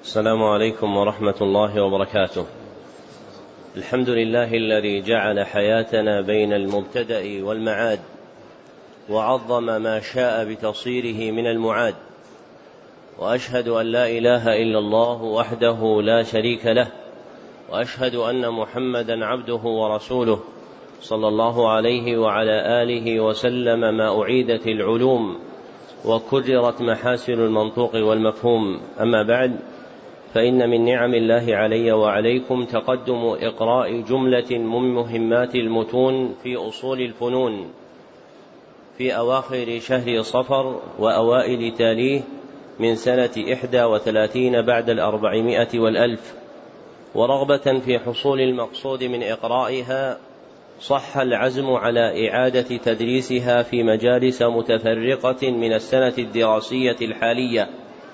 السلام عليكم ورحمة الله وبركاته. الحمد لله الذي جعل حياتنا بين المبتدأ والمعاد، وعظم ما شاء بتصيره من المعاد، وأشهد أن لا إله إلا الله وحده لا شريك له، وأشهد أن محمدا عبده ورسوله صلى الله عليه وعلى آله وسلم. ما أعيدت العلوم وكررت محاسن المنطوق والمفهوم، أما بعد، فإن من نعم الله علي وعليكم تقدم إقراء جملة من مهمات المتون في أصول الفنون في أواخر شهر صفر وأوائل تاليه من سنة 31 بعد 400 والألف، ورغبة في حصول المقصود من إقرائها صح العزم على إعادة تدريسها في مجالس متفرقة من السنة الدراسية الحالية،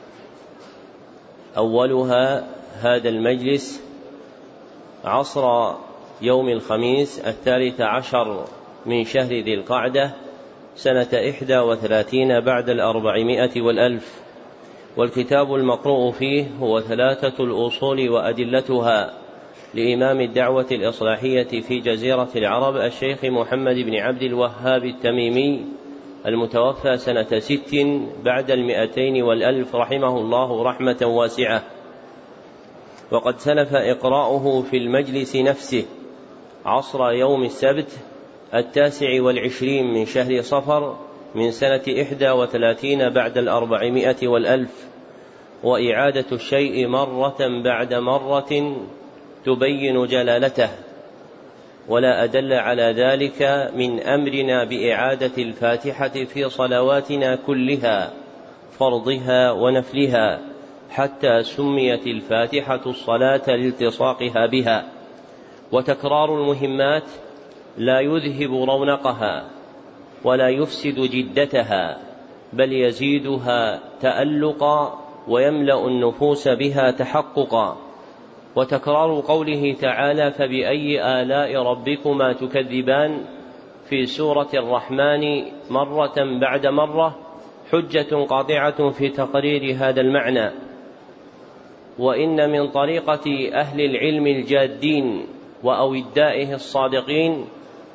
أولها هذا المجلس عصر يوم الخميس 13 من شهر ذي القعدة سنة 31 بعد 400 والألف. والكتاب المقروء فيه هو 3 الأصول وأدلتها لإمام الدعوة الإصلاحية في جزيرة العرب الشيخ محمد بن عبد الوهاب التميمي، المتوفى سنة 6 بعد 200 والألف، رحمه الله رحمة واسعة. وقد سلف إقراؤه في المجلس نفسه عصر يوم السبت 29 من شهر صفر من سنة 31 بعد 400 والألف، وإعادة الشيء مرة بعد مرة تبين جلالته، ولا أدل على ذلك من أمرنا بإعادة الفاتحة في صلواتنا كلها، فرضها ونفلها، حتى سميت الفاتحة الصلاة لالتصاقها بها. وتكرار المهمات لا يذهب رونقها ولا يفسد جدتها، بل يزيدها تألقا ويملأ النفوس بها تحققا. وتكرار قوله تعالى: فبأي آلاء ربكما تكذبان في سورة الرحمن مرة بعد مرة حجة قاطعة في تقرير هذا المعنى. وإن من طريقة أهل العلم الجادين وأودائه الصادقين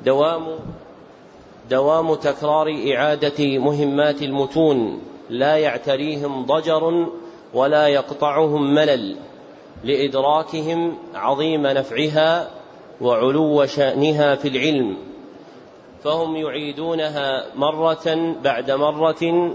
دوام تكرار إعادة مهمات المتون، لا يعتريهم ضجر ولا يقطعهم ملل، لإدراكهم عظيم نفعها وعلو شأنها في العلم، فهم يعيدونها مرة بعد مرة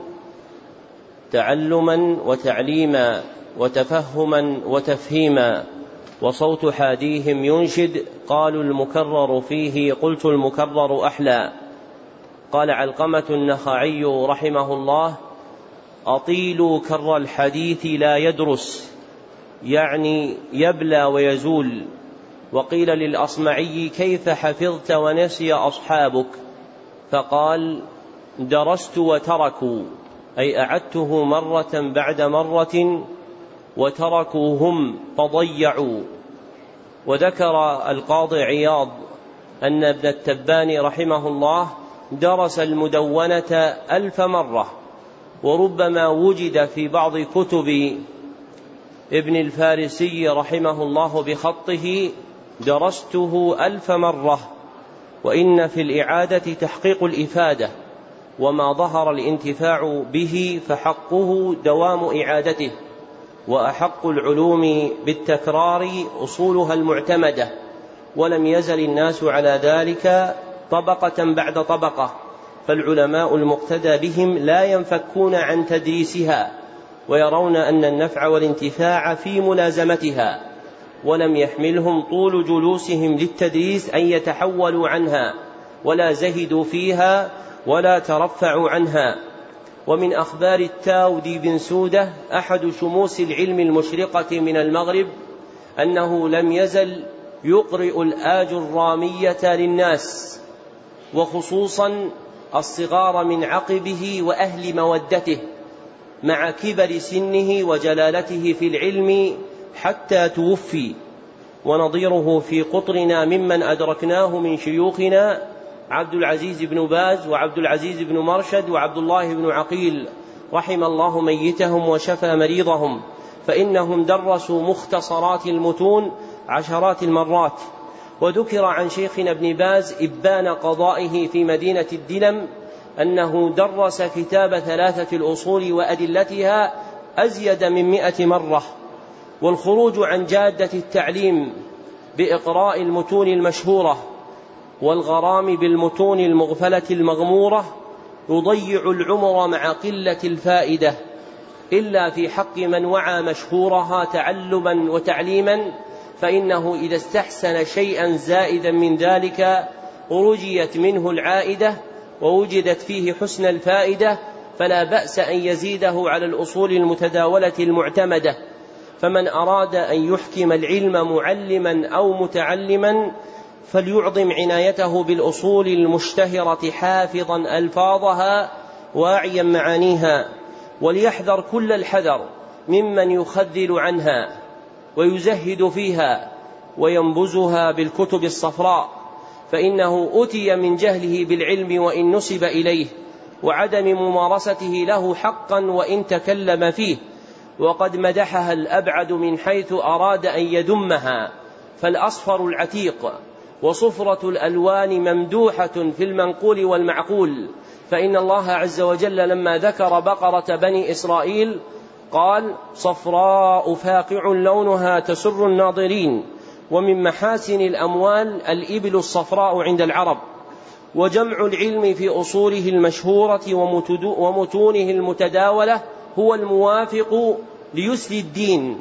تعلما وتعليما وتفهما وتفهيما. وصوت حاديهم ينشد: قالوا المكرر فيه قلت المكرر أحلى. قال علقمة النخعي رحمه الله: أطيلوا كر الحديث لا يدرس، يعني يبلى ويزول. وقيل للأصمعي: كيف حفظت ونسي أصحابك؟ فقال: درست وتركوا، أي أعدته مرة بعد مرة، وتركوا هم فضيعوا. وذكر القاضي عياض أن ابن التباني رحمه الله درس المدونة 1000 مرة، وربما وجد في بعض كتب ابن الفارسي رحمه الله بخطه: درسته 1000 مرة. وإن في الإعادة تحقيق الإفادة، وما ظهر الانتفاع به فحقه دوام إعادته. وأحق العلوم بالتكرار أصولها المعتمدة، ولم يزل الناس على ذلك طبقة بعد طبقة، فالعلماء المقتدى بهم لا ينفكون عن تدريسها، ويرون أن النفع والانتفاع في ملازمتها، ولم يحملهم طول جلوسهم للتدريس أن يتحولوا عنها، ولا زهدوا فيها ولا ترفعوا عنها. ومن أخبار التاودي بن سودة أحد شموس العلم المشرقة من المغرب أنه لم يزل يقرئ الآجرامية للناس، وخصوصا الصغار من عقبه وأهل مودته، مع كبر سنه وجلالته في العلم حتى توفي. ونظيره في قطرنا ممن أدركناه من شيوخنا عبد العزيز بن باز وعبد العزيز بن مرشد وعبد الله بن عقيل، رحم الله ميتهم وشفى مريضهم، فإنهم درسوا مختصرات المتون عشرات المرات. وذكر عن شيخنا ابن باز إبان قضائه في مدينة الدلم أنه درس كتاب 3 الأصول وأدلتها أزيد من 100 مرة. والخروج عن جادة التعليم بإقراء المتون المشهورة والغرام بالمتون المغفلة المغمورة يضيع العمر مع قلة الفائدة، إلا في حق من وعى مشهورها تعلما وتعليما، فإنه إذا استحسن شيئا زائدا من ذلك رجيت منه العائدة ووجدت فيه حسن الفائدة، فلا بأس أن يزيده على الأصول المتداولة المعتمدة. فمن أراد أن يحكم العلم معلما أو متعلما فليعظم عنايته بالأصول المشتهرة حافظا ألفاظها واعيا معانيها، وليحذر كل الحذر ممن يخذل عنها ويزهد فيها وينبذها بالكتب الصفراء، فإنه أتي من جهله بالعلم وإن نسب إليه، وعدم ممارسته له حقا وإن تكلم فيه، وقد مدحها الأبعد من حيث أراد أن يذمها. فالأصفر العتيق وصفرة الألوان ممدوحة في المنقول والمعقول، فإن الله عز وجل لما ذكر بقرة بني إسرائيل قال صفراء فاقع لونها تسر الناظرين. ومن محاسن الأموال الإبل الصفراء عند العرب. وجمع العلم في أصوله المشهورة ومتونه المتداولة هو الموافق ليسر الدين.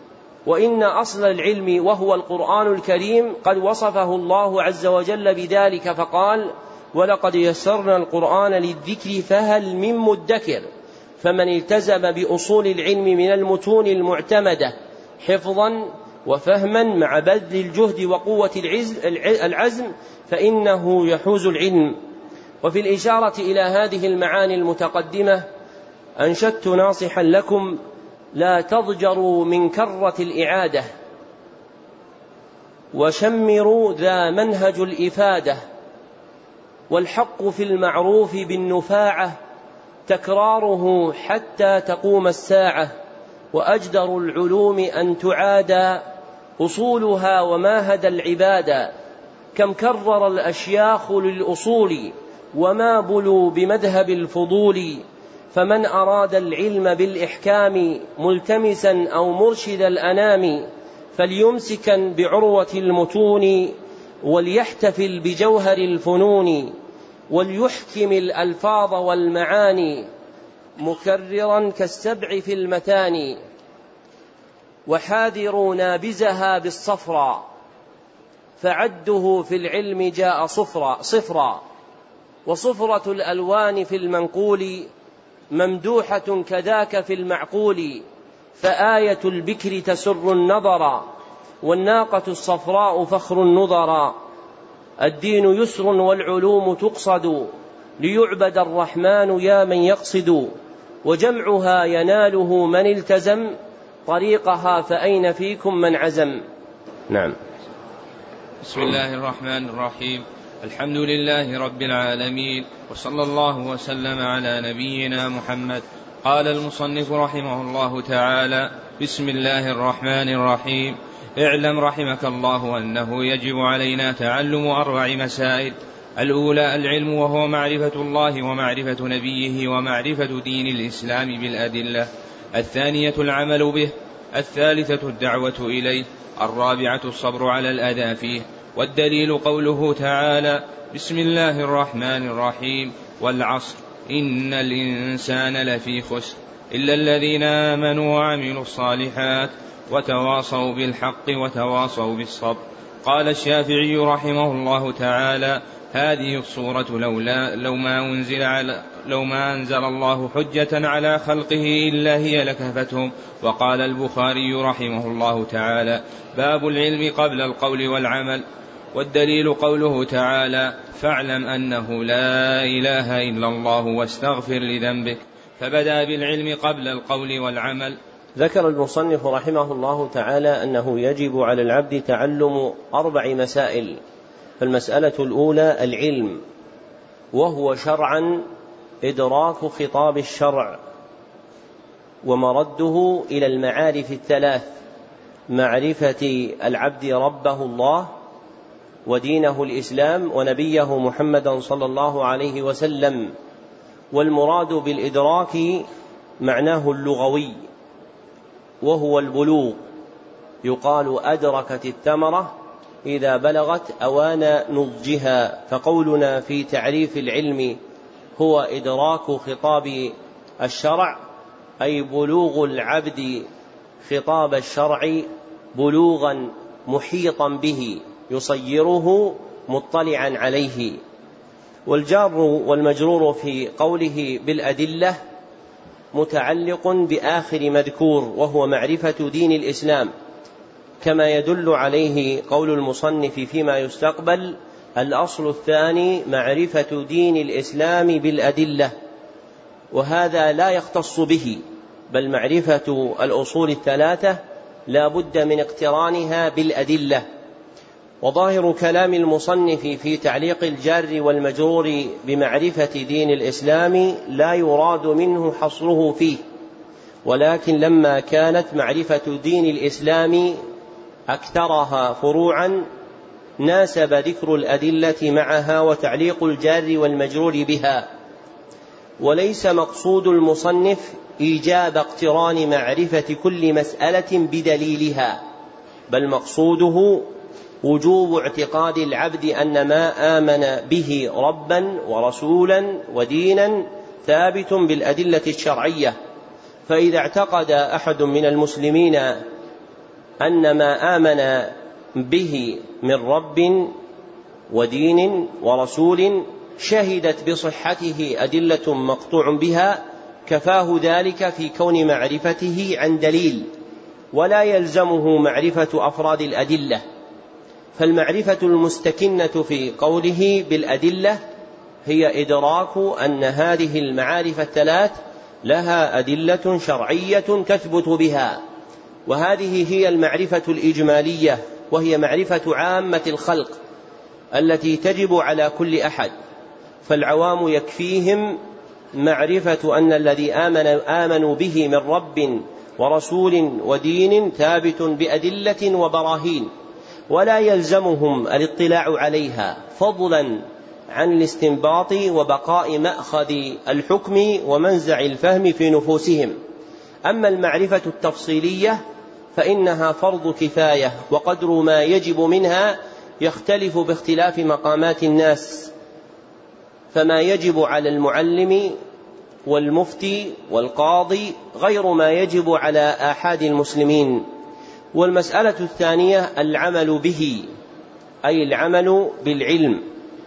وإن أصل العلم وهو القرآن الكريم قد وصفه الله عز وجل بذلك فقال ولقد يسرنا القرآن للذكر فهل من مدكر. فمن التزم بأصول العلم من المتون المعتمدة حفظا وفهما مع بذل الجهد وقوة العزم فإنه يحوز العلم. وفي الإشارة إلى هذه المعاني المتقدمة أنشدت ناصحا لكم لا تضجروا من كرة الإعادة، وشمروا ذا منهج الإفادة، والحق في المعروف بالنفاعة تكراره حتى تقوم الساعة، وأجدر العلوم أن تعادى أصولها وماهد العبادة. كم كرر الأشياخ للأصول وما بلوا بمذهب الفضول. فمن أراد العلم بالإحكام ملتمسا أو مرشد الأنام فليمسكا بعروة المتون وليحتفل بجوهر الفنون، وليحكم الألفاظ والمعاني مكررا كالسبع في المتاني، وحاذروا نابزها بالصفرا فعده في العلم جاء صفرا. وصفرة الألوان في المنقول ممدوحة كذاك في المعقول، فآية البكر تسر النظر والناقة الصفراء فخر النظرا. الدين يسر والعلوم تقصد ليعبد الرحمن يا من يقصد، وجمعها يناله من التزم طريقها فأين فيكم من عزم. نعم. بسم الله الرحمن الرحيم. الحمد لله رب العالمين، وصلى الله وسلم على نبينا محمد. قال المصنف رحمه الله تعالى: بسم الله الرحمن الرحيم. اعلم رحمك الله أنه يجب علينا تعلم 4 مسائل. الأولى العلم، وهو معرفة الله ومعرفة نبيه ومعرفة دين الإسلام بالأدلة. الثانية العمل به. الثالثة الدعوة إليه. الرابعة الصبر على الأذى فيه. والدليل قوله تعالى: بسم الله الرحمن الرحيم، والعصر إن الإنسان لفي خسر إلا الذين آمنوا وعملوا الصالحات وتواصوا بالحق وتواصوا بالصبر. قال الشافعي رحمه الله تعالى: هذه الصورة لو ما أنزل الله حجة على خلقه إلا هي لكفتهم. وقال البخاري رحمه الله تعالى: باب العلم قبل القول والعمل. والدليل قوله تعالى: فاعلم أنه لا إله إلا الله واستغفر لذنبك. فبدأ بالعلم قبل القول والعمل. ذكر المصنف رحمه الله تعالى أنه يجب على العبد تعلم 4 مسائل. فالمسألة الأولى العلم، وهو شرعا إدراك خطاب الشرع ومرده إلى المعارف الثلاث: معرفة العبد ربه الله، ودينه الإسلام، ونبيه محمدا صلى الله عليه وسلم. والمراد بالإدراك معناه اللغوي وهو البلوغ، يقال أدركت الثمرة إذا بلغت أوان نضجها. فقولنا في تعريف العلم هو إدراك خطاب الشرع، أي بلوغ العبد خطاب الشرع بلوغا محيطا به يصيره مطلعا عليه. والجار والمجرور في قوله بالأدلة متعلق بآخر مذكور، وهو معرفة دين الإسلام، كما يدل عليه قول المصنف فيما يستقبل: الأصل الثاني معرفة دين الإسلام بالأدلة. وهذا لا يختص به، بل معرفة الأصول الثلاثة لا بد من اقترانها بالأدلة. وظاهر كلام المصنف في تعليق الجار والمجرور بمعرفة دين الإسلام لا يراد منه حصره فيه، ولكن لما كانت معرفة دين الإسلام أكثرها فروعا ناسب ذكر الأدلة معها وتعليق الجار والمجرور بها. وليس مقصود المصنف إيجاب اقتران معرفة كل مسألة بدليلها، بل مقصوده وجوب اعتقاد العبد أن ما آمن به ربا ورسولا ودينا ثابت بالأدلة الشرعية. فإذا اعتقد أحد من المسلمين أن ما آمن به من رب ودين ورسول شهدت بصحته أدلة مقطوع بها، كفاه ذلك في كون معرفته عن دليل، ولا يلزمه معرفة أفراد الأدلة. فالمعرفة المستكنة في قوله بالأدلة هي إدراك أن هذه المعارف الثلاث لها أدلة شرعية تثبت بها، وهذه هي المعرفة الإجمالية، وهي معرفة عامة الخلق التي تجب على كل أحد. فالعوام يكفيهم معرفة أن الذي آمنوا به من رب ورسول ودين ثابت بأدلة وبراهين، ولا يلزمهم الاطلاع عليها فضلا عن الاستنباط وبقاء مأخذ الحكم ومنزع الفهم في نفوسهم. أما المعرفة التفصيلية فإنها فرض كفاية، وقدر ما يجب منها يختلف باختلاف مقامات الناس، فما يجب على المعلم والمفتي والقاضي غير ما يجب على آحاد المسلمين. والمسألة الثانية العمل به، أي العمل بالعلم.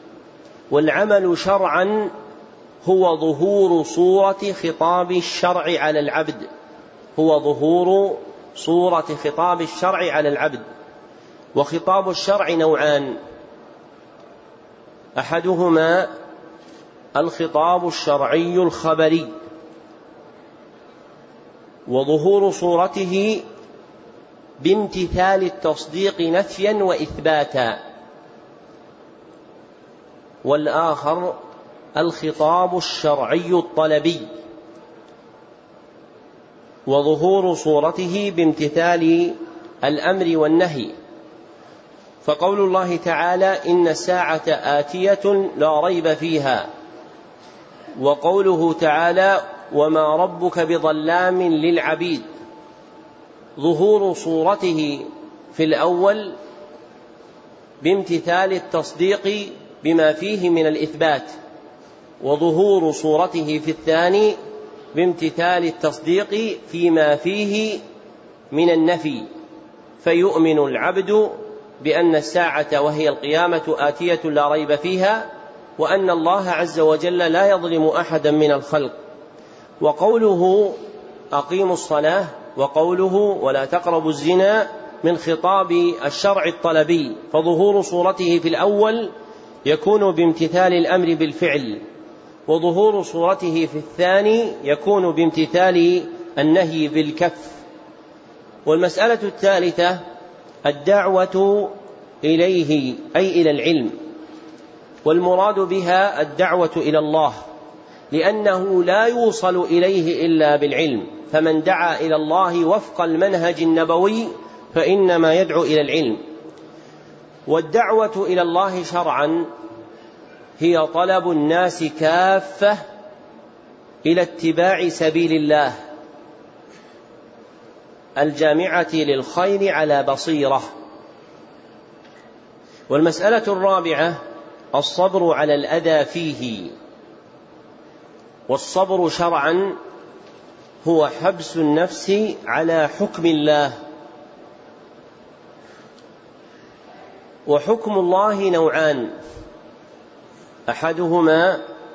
والعمل شرعا هو ظهور صورة خطاب الشرع على العبد، هو ظهور صورة خطاب الشرع على العبد. وخطاب الشرع نوعان: أحدهما الخطاب الشرعي الخبري، وظهور صورته بامتثال التصديق نفيا وإثباتا. والآخر الخطاب الشرعي الطلبي، وظهور صورته بامتثال الأمر والنهي. فقول الله تعالى: إن الساعة آتية لا ريب فيها، وقوله تعالى: وما ربك بظلام للعبيد، ظهور صورته في الأول بامتثال التصديق بما فيه من الإثبات، وظهور صورته في الثاني بامتثال التصديق فيما فيه من النفي. فيؤمن العبد بأن الساعة وهي القيامة آتية لا ريب فيها، وأن الله عز وجل لا يظلم أحدا من الخلق. وقوله أقيموا الصلاة وقوله ولا تقربوا الزنا من خطاب الشرع الطلبي، فظهور صورته في الأول يكون بامتثال الأمر بالفعل، وظهور صورته في الثاني يكون بامتثال النهي بالكف. والمسألة الثالثة الدعوة إليه، أي إلى العلم، والمراد بها الدعوة إلى الله، لأنه لا يوصل إليه إلا بالعلم، فمن دعا إلى الله وفق المنهج النبوي فإنما يدعو إلى العلم. والدعوة إلى الله شرعا هي طلب الناس كافة إلى اتباع سبيل الله الجامعة للخير على بصيرة. والمسألة الرابعة الصبر على الأذى فيه. والصبر شرعا هو حبس النفس على حكم الله. وحكم الله نوعان، أحدهما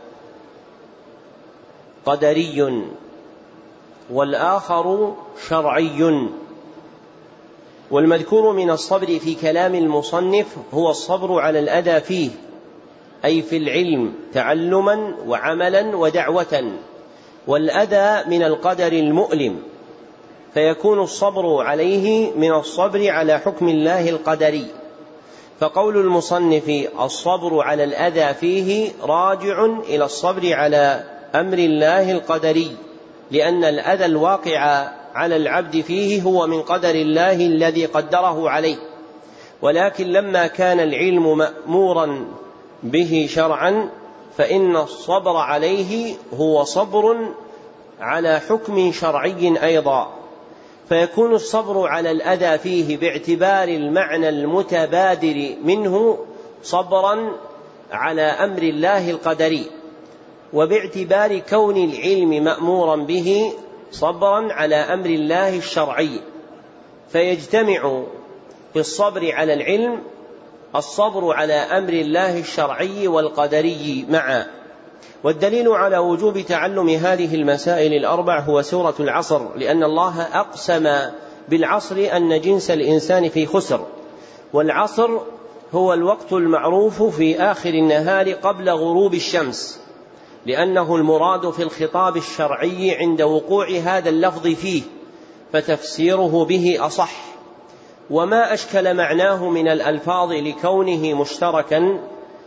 قدري والآخر شرعي. والمذكور من الصبر في كلام المصنف هو الصبر على الأذى فيه، أي في العلم تعلما وعملا ودعوة. والأذى من القدر المؤلم، فيكون الصبر عليه من الصبر على حكم الله القدري. فقول المصنف الصبر على الأذى فيه راجع إلى الصبر على أمر الله القدري، لأن الأذى الواقع على العبد فيه هو من قدر الله الذي قدره عليه. ولكن لما كان العلم مأمورا به شرعا فإن الصبر عليه هو صبر على حكم شرعي أيضا، فيكون الصبر على الأذى فيه باعتبار المعنى المتبادر منه صبرا على أمر الله القدري، وباعتبار كون العلم مأمورا به صبرا على أمر الله الشرعي. فيجتمع في الصبر على العلم الصبر على أمر الله الشرعي والقدري معا. والدليل على وجوب تعلم هذه المسائل الأربع هو سورة العصر، لأن الله أقسم بالعصر أن جنس الإنسان في خسر. والعصر هو الوقت المعروف في آخر النهار قبل غروب الشمس، لأنه المراد في الخطاب الشرعي عند وقوع هذا اللفظ فيه، فتفسيره به أصح. وما أشكل معناه من الألفاظ لكونه مشتركا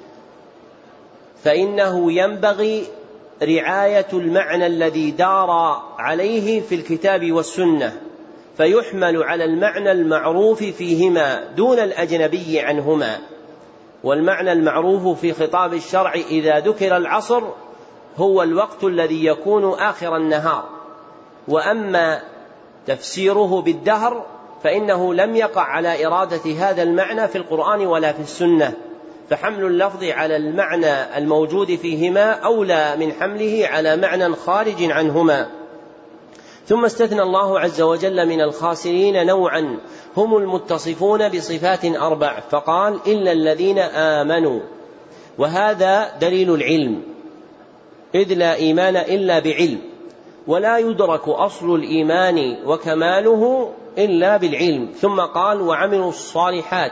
فإنه ينبغي رعاية المعنى الذي دار عليه في الكتاب والسنة، فيحمل على المعنى المعروف فيهما دون الأجنبي عنهما. والمعنى المعروف في خطاب الشرع إذا ذكر العصر هو الوقت الذي يكون آخر النهار. وأما تفسيره بالدهر فإنه لم يقع على إرادة هذا المعنى في القرآن ولا في السنة، فحمل اللفظ على المعنى الموجود فيهما أولى من حمله على معنى خارج عنهما. ثم استثنى الله عز وجل من الخاسرين نوعا هم المتصفون بصفات أربع، فقال إلا الذين آمنوا. وهذا دليل العلم، إذ لا إيمان إلا بعلم، ولا يدرك أصل الإيمان وكماله إلا بالعلم. ثم قال وعملوا الصالحات،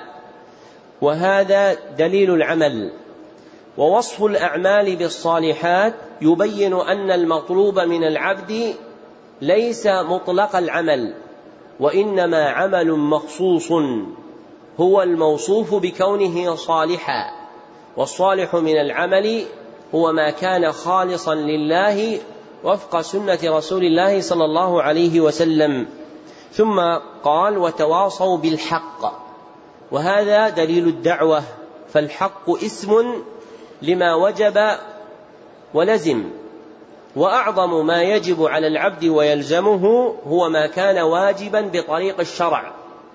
وهذا دليل العمل. ووصف الأعمال بالصالحات يبين أن المطلوب من العبد ليس مطلق العمل، وإنما عمل مخصوص هو الموصوف بكونه صالحا. والصالح من العمل هو ما كان خالصا لله وفق سنة رسول الله صلى الله عليه وسلم. ثم قال وتواصوا بالحق، وهذا دليل الدعوة، فالحق اسم لما وجب ولزم، وأعظم ما يجب على العبد ويلزمه هو ما كان واجبا بطريق الشرع.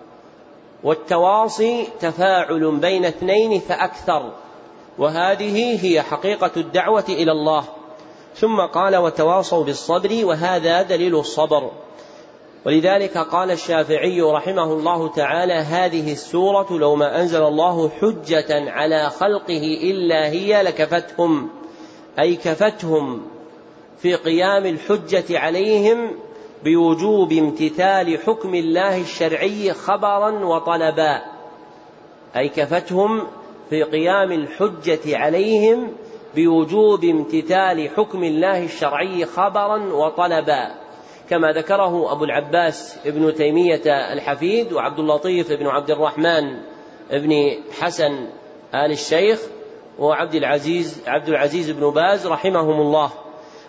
والتواصي تفاعل بين اثنين فأكثر، وهذه هي حقيقة الدعوة إلى الله. ثم قال وتواصوا بالصبر، وهذا دليل الصبر. ولذلك قال الشافعي رحمه الله تعالى هذه السورة لو ما أنزل الله حجة على خلقه إلا هي لكفتهم، أي كفتهم في قيام الحجة عليهم بوجوب امتثال حكم الله الشرعي خبرا وطلبا، أي كفتهم في قيام الحجة عليهم بوجوب امتثال حكم الله الشرعي خبرا وطلبا، كما ذكره أبو العباس ابن تيمية الحفيد وعبد اللطيف ابن عبد الرحمن ابن حسن آل الشيخ وعبد العزيز ابن باز رحمهم الله.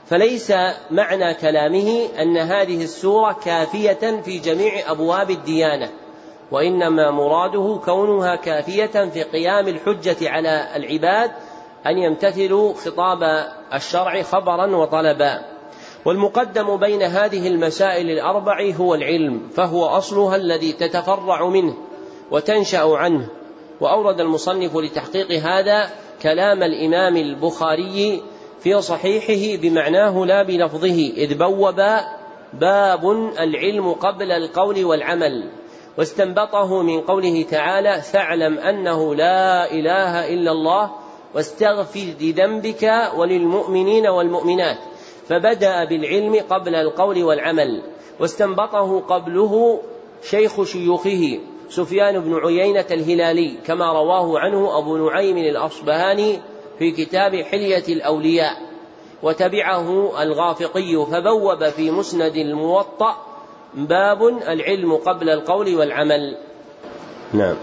فليس معنى كلامه أن هذه السورة كافية في جميع أبواب الديانة، وإنما مراده كونها كافية في قيام الحجة على العباد أن يمتثلوا خطاب الشرع خبرا وطلبا. والمقدم بين هذه المسائل الأربع هو العلم، فهو أصلها الذي تتفرع منه وتنشأ عنه. وأورد المصنف لتحقيق هذا كلام الإمام البخاري في صحيحه بمعناه لا بلفظه، إذ بوب باب العلم قبل القول والعمل، واستنبطه من قوله تعالى: فاعلم أنه لا إله إلا الله واستغفر لذنبك وللمؤمنين والمؤمنات، فبدأ بالعلم قبل القول والعمل. واستنبطه قبله شيخ شيوخه سفيان بن عيينة الهلالي، كما رواه عنه أبو نعيم الأصبهاني في كتاب حلية الأولياء، وتبعه الغافقي فبوب في مسند الموطأ باب العلم قبل القول والعمل. نعم.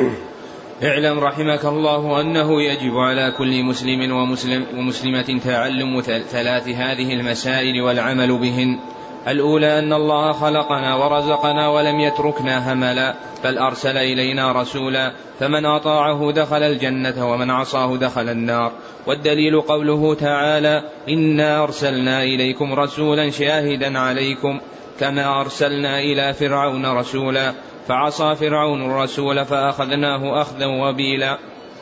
اعلم رحمك الله أنه يجب على كل مسلم ومسلمة تعلم ثلاث هذه المسائل والعمل بهن. الأولى أن الله خلقنا ورزقنا ولم يتركنا هملا، بل أرسل إلينا رسولا، فمن أطاعه دخل الجنة ومن عصاه دخل النار. والدليل قوله تعالى: إنا أرسلنا إليكم رسولا شاهدا عليكم كما أرسلنا إلى فرعون رسولا، فعصى فرعون الرسول فأخذناه أخذا وبيلا.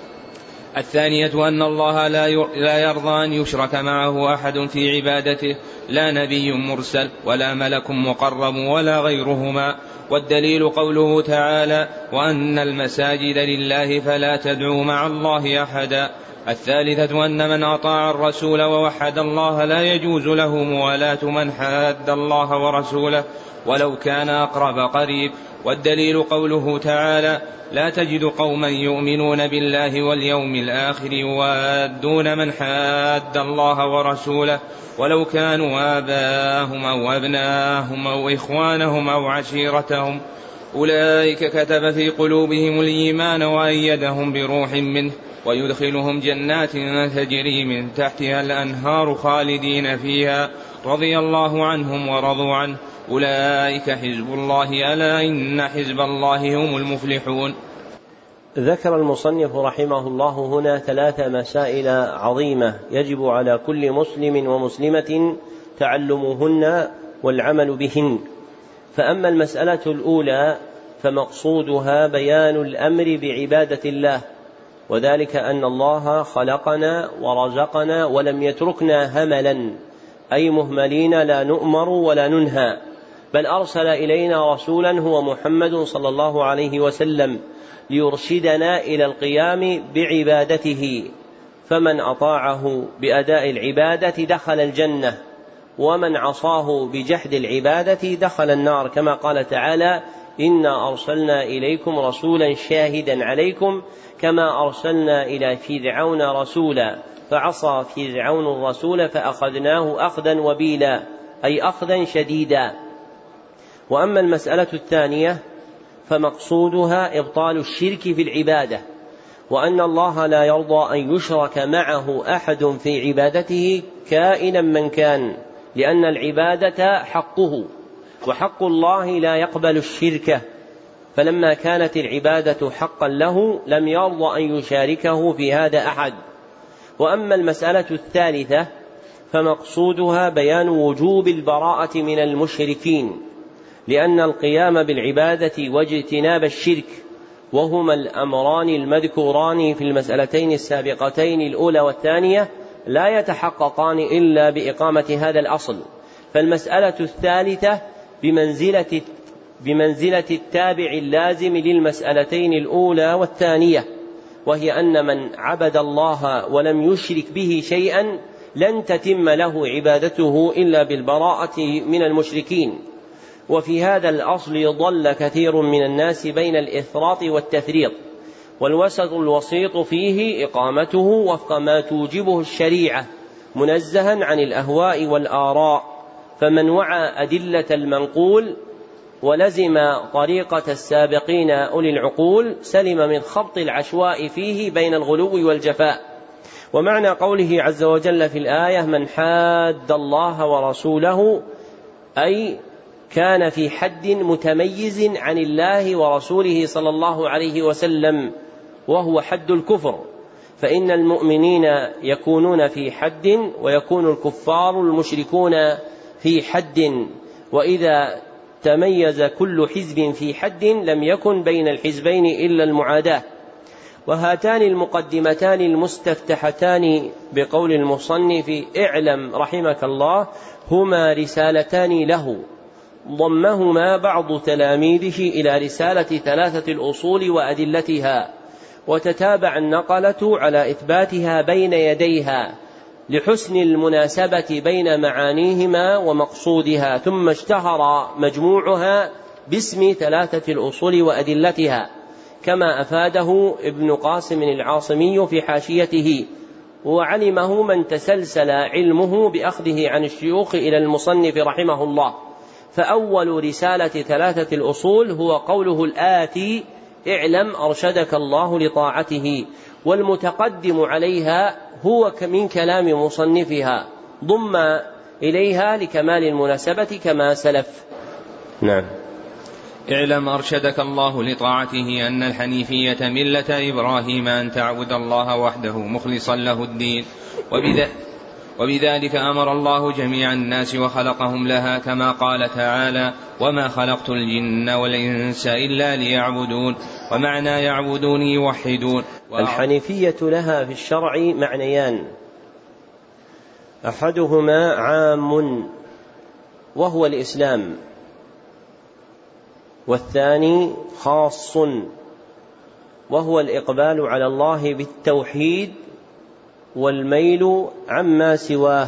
الثانية أن الله لا يرضى أن يشرك معه أحد في عبادته، لا نبي مرسل ولا ملك مقرب ولا غيرهما. والدليل قوله تعالى: وأن المساجد لله فلا تدعوا مع الله أحدا. الثالثة أن من أطاع الرسول ووحد الله لا يجوز له موالاة من حاد الله ورسوله ولو كان أقرب قريب. والدليل قوله تعالى: لا تجد قوما يؤمنون بالله واليوم الآخر يوادون من حاد الله ورسوله ولو كانوا آباءهم أو أبناءهم أو إخوانهم أو عشيرتهم، أولئك كتب في قلوبهم الإيمان وأيدهم بروح منه ويدخلهم جنات تجري من تحتها الأنهار خالدين فيها رضي الله عنهم ورضوا عنه، أولئك حزب الله، ألا إن حزب الله هم المفلحون. ذكر المصنف رحمه الله هنا ثلاث مسائل عظيمة يجب على كل مسلم ومسلمة تعلمهن والعمل بهن. فأما المسألة الأولى فمقصودها بيان الأمر بعبادة الله، وذلك أن الله خلقنا ورزقنا ولم يتركنا هملا، أي مهملين لا نؤمر ولا ننهى، بل أرسل إلينا رسولا هو محمد صلى الله عليه وسلم ليرشدنا إلى القيام بعبادته، فمن أطاعه بأداء العبادة دخل الجنة، ومن عصاه بجحد العبادة دخل النار، كما قال تعالى: إنا أرسلنا إليكم رسولا شاهدا عليكم كما أرسلنا إلى فرعون رسولا فعصى فرعون الرسول فأخذناه أخذا وبيلا، أي أخذا شديدا. وأما المسألة الثانية فمقصودها إبطال الشرك في العبادة، وأن الله لا يرضى أن يشرك معه أحد في عبادته كائنا من كان، لأن العبادة حقه، وحق الله لا يقبل الشرك، فلما كانت العبادة حقا له لم يرضى أن يشاركه في هذا أحد. وأما المسألة الثالثة فمقصودها بيان وجوب البراءة من المشركين، لأن القيام بالعبادة واجتناب الشرك وهما الأمران المذكوران في المسألتين السابقتين الأولى والثانية لا يتحققان إلا بإقامة هذا الأصل. فالمسألة الثالثة بمنزلة التابع اللازم للمسألتين الأولى والثانية، وهي أن من عبد الله ولم يشرك به شيئا لن تتم له عبادته إلا بالبراءة من المشركين. وفي هذا الأصل ضل كثير من الناس بين الإفراط والتفريط، والوسط الوسيط فيه إقامته وفق ما توجبه الشريعة منزها عن الأهواء والآراء. فمن وعى أدلة المنقول ولزم طريقة السابقين أولي العقول سلم من خبط العشواء فيه بين الغلو والجفاء. ومعنى قوله عز وجل في الآية من حاد الله ورسوله أي كان في حد متميز عن الله ورسوله صلى الله عليه وسلم، وهو حد الكفر، فإن المؤمنين يكونون في حد ويكون الكفار المشركون في حد، وإذا تميز كل حزب في حد لم يكن بين الحزبين إلا المعاداة. وهاتان المقدمتان المستفتحتان بقول المصنف اعلم رحمك الله هما رسالتان له ضمهما بعض تلاميذه إلى رسالة 3 الأصول وأدلتها، وتتابع النقلة على إثباتها بين يديها لحسن المناسبة بين معانيهما ومقصودها، ثم اشتهر مجموعها باسم 3 الأصول وأدلتها، كما أفاده ابن قاسم العاصمي في حاشيته، وعلمه من تسلسل علمه بأخذه عن الشيوخ إلى المصنف رحمه الله. فأول رسالة 3 الأصول هو قوله الآتي اعلم أرشدك الله لطاعته، والمتقدم عليها هو من كلام مصنفها ضم إليها لكمال المناسبة كما سلف. نعم. اعلم أرشدك الله لطاعته أن الحنيفية ملة إبراهيم أن تعبد الله وحده مخلصا له الدين، وبذلك أمر الله جميع الناس وخلقهم لها، كما قال تعالى وما خلقت الجن والإنس إلا ليعبدون، ومعنى يعبدون يوحدون. الحنيفية لها في الشرع معنيان، أحدهما عام وهو الإسلام، والثاني خاص وهو الإقبال على الله بالتوحيد والميل عما سواه،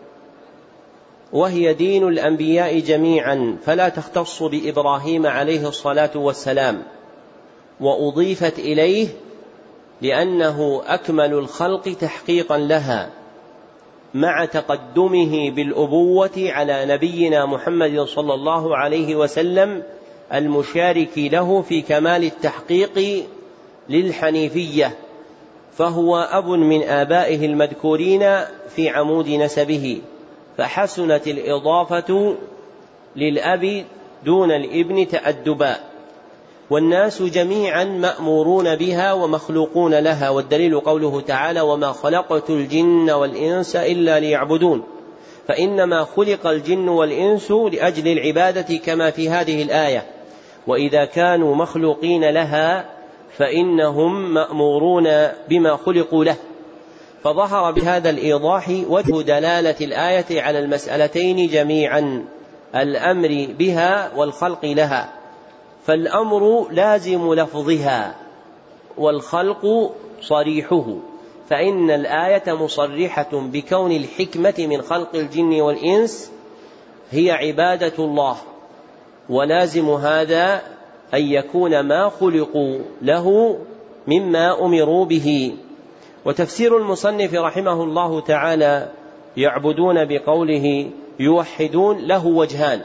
وهي دين الأنبياء جميعا، فلا تختص بإبراهيم عليه الصلاة والسلام، وأضيفت إليه لأنه أكمل الخلق تحقيقا لها، مع تقدمه بالأبوة على نبينا محمد صلى الله عليه وسلم المشارك له في كمال التحقيق للحنيفية، فهو أب من آبائه المذكورين في عمود نسبه، فحسنت الإضافة للأب دون الابن تأدبا، والناس جميعا مأمورون بها ومخلوقون لها، والدليل قوله تعالى وما خلقت الجن والإنس إلا ليعبدون، فإنما خلق الجن والإنس لأجل العبادة كما في هذه الآية، وإذا كانوا مخلوقين لها فإنهم مأمورون بما خلقوا له. فظهر بهذا الإيضاح وجه دلالة الآية على المسألتين جميعا، الأمر بها والخلق لها، فالأمر لازم لفظها والخلق صريحه، فإن الآية مصرحة بكون الحكمة من خلق الجن والإنس هي عبادة الله، ولازم هذا أن يكون ما خلقوا له مما أمروا به. وتفسير المصنف رحمه الله تعالى يعبدون بقوله يوحدون له وجهان،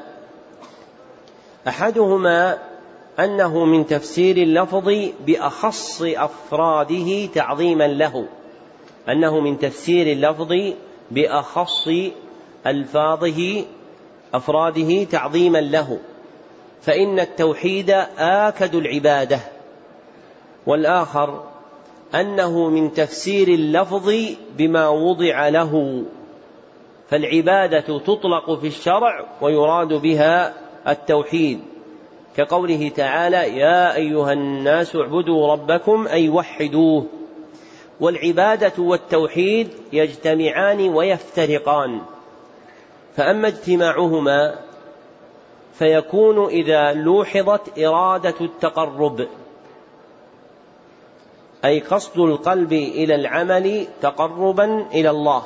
أحدهما أنه من تفسير اللفظ بأخص أفراده تعظيما له، أنه من تفسير اللفظ بأخص أفراده تعظيما له، فإن التوحيد آكد العبادة. والآخر أنه من تفسير اللفظ بما وضع له، فالعبادة تطلق في الشرع ويراد بها التوحيد، كقوله تعالى يا أيها الناس اعبدوا ربكم أي وحدوه، والعبادة والتوحيد يجتمعان ويفترقان، فأما اجتماعهما فيكون إذا لوحظت إرادة التقرب، أي قصد القلب إلى العمل تقربا إلى الله،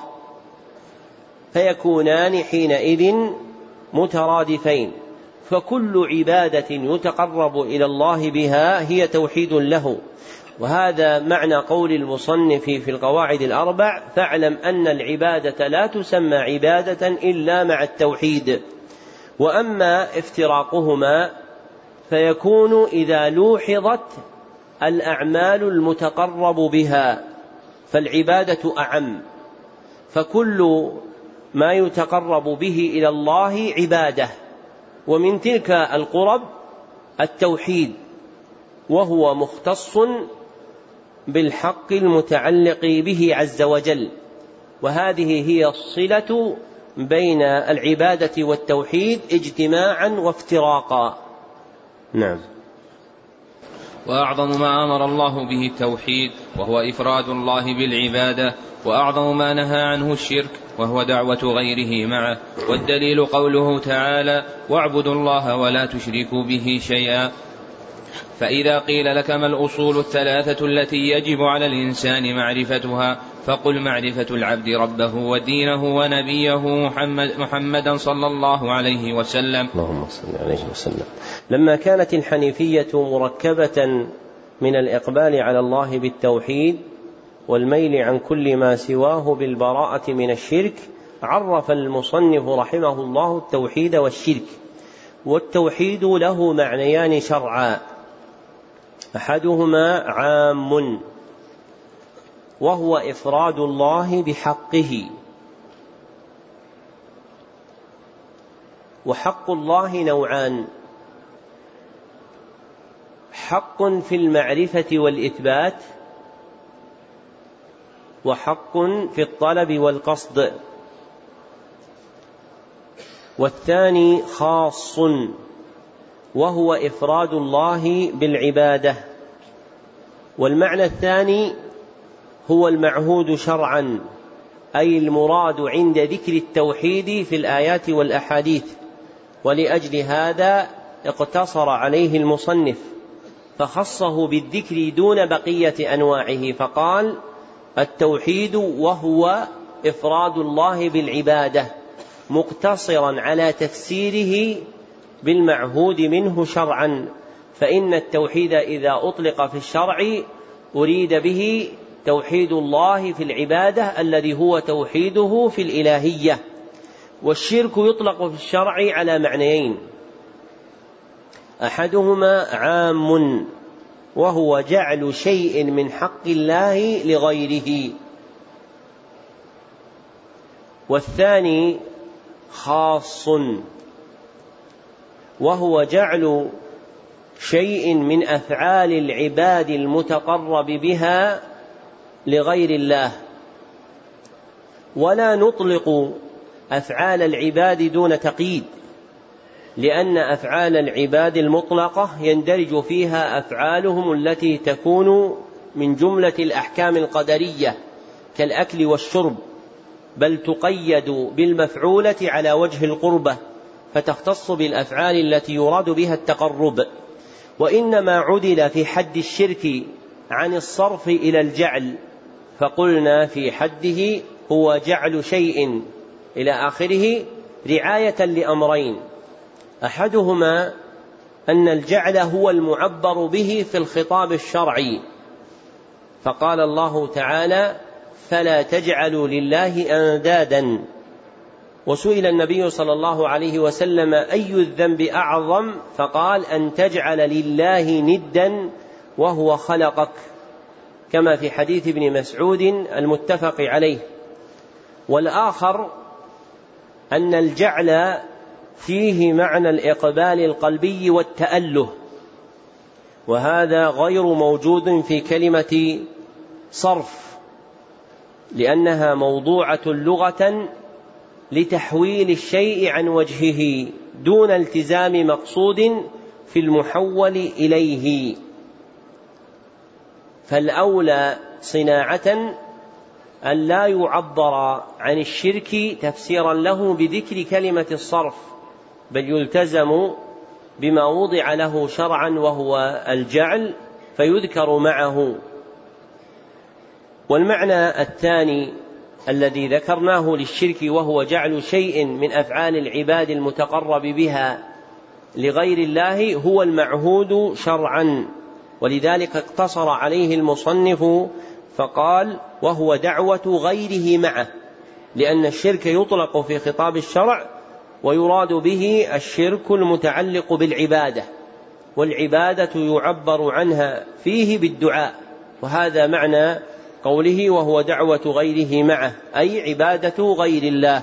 فيكونان حينئذ مترادفين، فكل عبادة يتقرب إلى الله بها هي توحيد له. وهذا معنى قول المصنف في القواعد الأربع فاعلم أن العبادة لا تسمى عبادة إلا مع التوحيد. وأما افتراقهما فيكون إذا لوحظت الأعمال المتقرب بها، فالعبادة أعم، فكل ما يتقرب به إلى الله عبادة، ومن تلك القرب التوحيد، وهو مختص بالحق المتعلق به عز وجل، وهذه هي الصلة بين العبادة والتوحيد اجتماعا وافتراقا. نعم. وأعظم ما أمر الله به التوحيد، وهو إفراد الله بالعبادة، وأعظم ما نهى عنه الشرك، وهو دعوة غيره معه. والدليل قوله تعالى: واعبدوا الله ولا تشركوا به شيئا. فإذا قيل لك ما الأصول الثلاثة التي يجب على الإنسان معرفتها، فقل معرفة العبد ربه ودينه ونبيه محمدا صلى الله عليه وسلم. اللهم صل عليه وسلم. لما كانت الحنيفية مركبة من الإقبال على الله بالتوحيد والميل عن كل ما سواه بالبراءة من الشرك، عرف المصنف رحمه الله التوحيد والشرك. والتوحيد له معنيان شرعا: أحدهما عام وهو إفراد الله بحقه، وحق الله نوعان: حق في المعرفة والإثبات، وحق في الطلب والقصد. والثاني خاص وهو إفراد الله بالعبادة. والمعنى الثاني هو المعهود شرعا، أي المراد عند ذكر التوحيد في الآيات والأحاديث. ولأجل هذا اقتصر عليه المصنف فخصه بالذكر دون بقية أنواعه، فقال: التوحيد وهو إفراد الله بالعبادة، مقتصرا على تفسيره بالمعهود منه شرعا. فإن التوحيد إذا أطلق في الشرع أريد به توحيد الله في العبادة الذي هو توحيده في الإلهية. والشرك يطلق في الشرع على معنيين: أحدهما عام وهو جعل شيء من حق الله لغيره، والثاني خاص وهو جعل شيء من أفعال العباد المتقرب بها لغير الله. ولا نطلق أفعال العباد دون تقييد، لأن أفعال العباد المطلقة يندرج فيها أفعالهم التي تكون من جملة الأحكام القدرية كالأكل والشرب، بل تقيد بالمفعولة على وجه القربة، فتختص بالأفعال التي يراد بها التقرب. وإنما عدل في حد الشرك عن الصرف إلى الجعل، فقلنا في حده هو جعل شيء إلى آخره رعاية لأمرين: أحدهما أن الجعل هو المعبر به في الخطاب الشرعي، فقال الله تعالى: فلا تجعلوا لله أندادا. وسئل النبي صلى الله عليه وسلم: أي الذنب أعظم؟ فقال: أن تجعل لله ندا وهو خلقك، كما في حديث ابن مسعود المتفق عليه. والآخر أن الجعل فيه معنى الإقبال القلبي والتأله، وهذا غير موجود في كلمة صرف، لأنها موضوعة لغة لتحويل الشيء عن وجهه دون التزام مقصود في المحول إليه. فالأولى صناعة أن لا يعبر عن الشرك تفسيرا له بذكر كلمة الصرف، بل يلتزم بما وضع له شرعا وهو الجعل فيذكر معه. والمعنى الثاني الذي ذكرناه للشرك وهو جعل شيء من أفعال العباد المتقرب بها لغير الله هو المعهود شرعا، ولذلك اقتصر عليه المصنف فقال: وهو دعوة غيره معه، لأن الشرك يطلق في خطاب الشرع ويراد به الشرك المتعلق بالعبادة، والعبادة يعبر عنها فيه بالدعاء، وهذا معنى قوله وهو دعوة غيره معه، أي عبادة غير الله.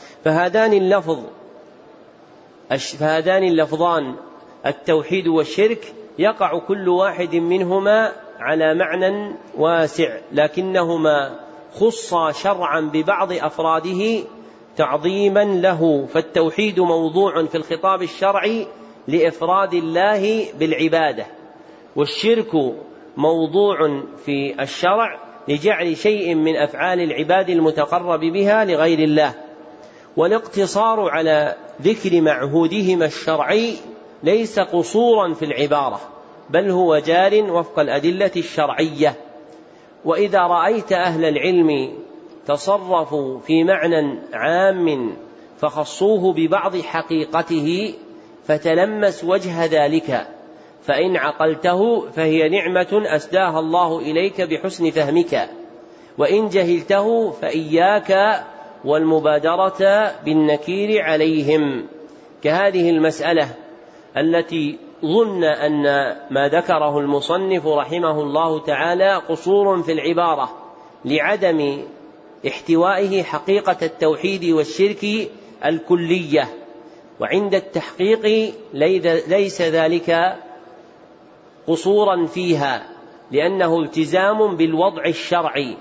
فهذان اللفظان التوحيد والشرك يقع كل واحد منهما على معنى واسع، لكنهما خصا شرعا ببعض أفراده تعظيما له. فالتوحيد موضوع في الخطاب الشرعي لإفراد الله بالعبادة، والشرك موضوع في الشرع لجعل شيء من أفعال العباد المتقرب بها لغير الله. والاقتصار على ذكر معهودهما الشرعي ليس قصورا في العبارة، بل هو جار وفق الأدلة الشرعية. وإذا رأيت أهل العلم تصرفوا في معنى عام فخصوه ببعض حقيقته فتلمس وجه ذلك، فإن عقلته فهي نعمة أسداها الله إليك بحسن فهمك، وإن جهلته فإياك والمبادرة بالنكير عليهم. كهذه المسألة التي ظن أن ما ذكره المصنف رحمه الله تعالى قصور في العبارة لعدم احتوائه حقيقة التوحيد والشرك الكلية، وعند التحقيق ليس ذلك قصورا فيها، لأنه التزام بالوضع الشرعي.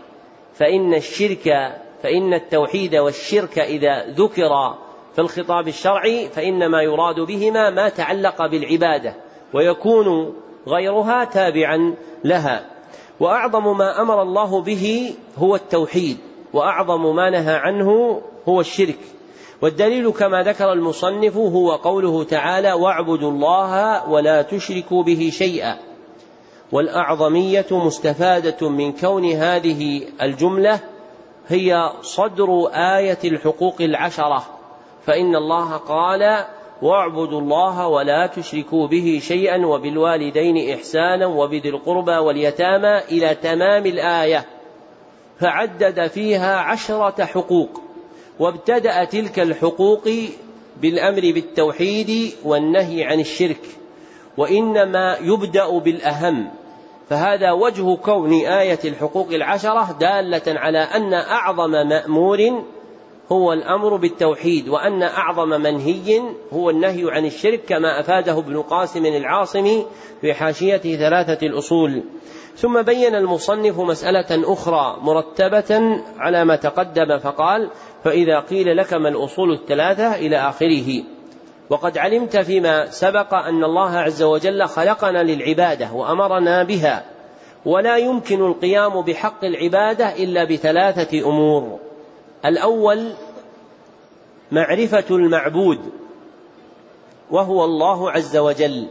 فإن التوحيد والشرك إذا ذكر في الخطاب الشرعي فإنما يراد بهما ما تعلق بالعبادة، ويكون غيرها تابعا لها. وأعظم ما أمر الله به هو التوحيد، وأعظم ما نهى عنه هو الشرك. والدليل كما ذكر المصنف هو قوله تعالى واعبدوا الله ولا تشركوا به شيئا. والأعظمية مستفادة من كون هذه الجملة هي صدر آية الحقوق العشرة، فإن الله قال واعبدوا الله ولا تشركوا به شيئا وبالوالدين إحسانا وبذي القربى واليتامى إلى تمام الآية، فعدد فيها 10 حقوق. وابتدأ تلك الحقوق بالأمر بالتوحيد والنهي عن الشرك، وإنما يبدأ بالأهم. فهذا وجه كون آية الحقوق العشرة دالة على أن أعظم مأمور هو الأمر بالتوحيد، وأن أعظم منهي هو النهي عن الشرك، كما أفاده ابن قاسم العاصمي في حاشيته 3 الأصول. ثم بين المصنف مسألة أخرى مرتبة على ما تقدم فقال فإذا قيل لك ما الأصول 3 إلى آخره. وقد علمت فيما سبق أن الله عز وجل خلقنا للعبادة وأمرنا بها، ولا يمكن القيام بحق العبادة إلا ب3 أمور. الأول معرفة المعبود وهو الله عز وجل،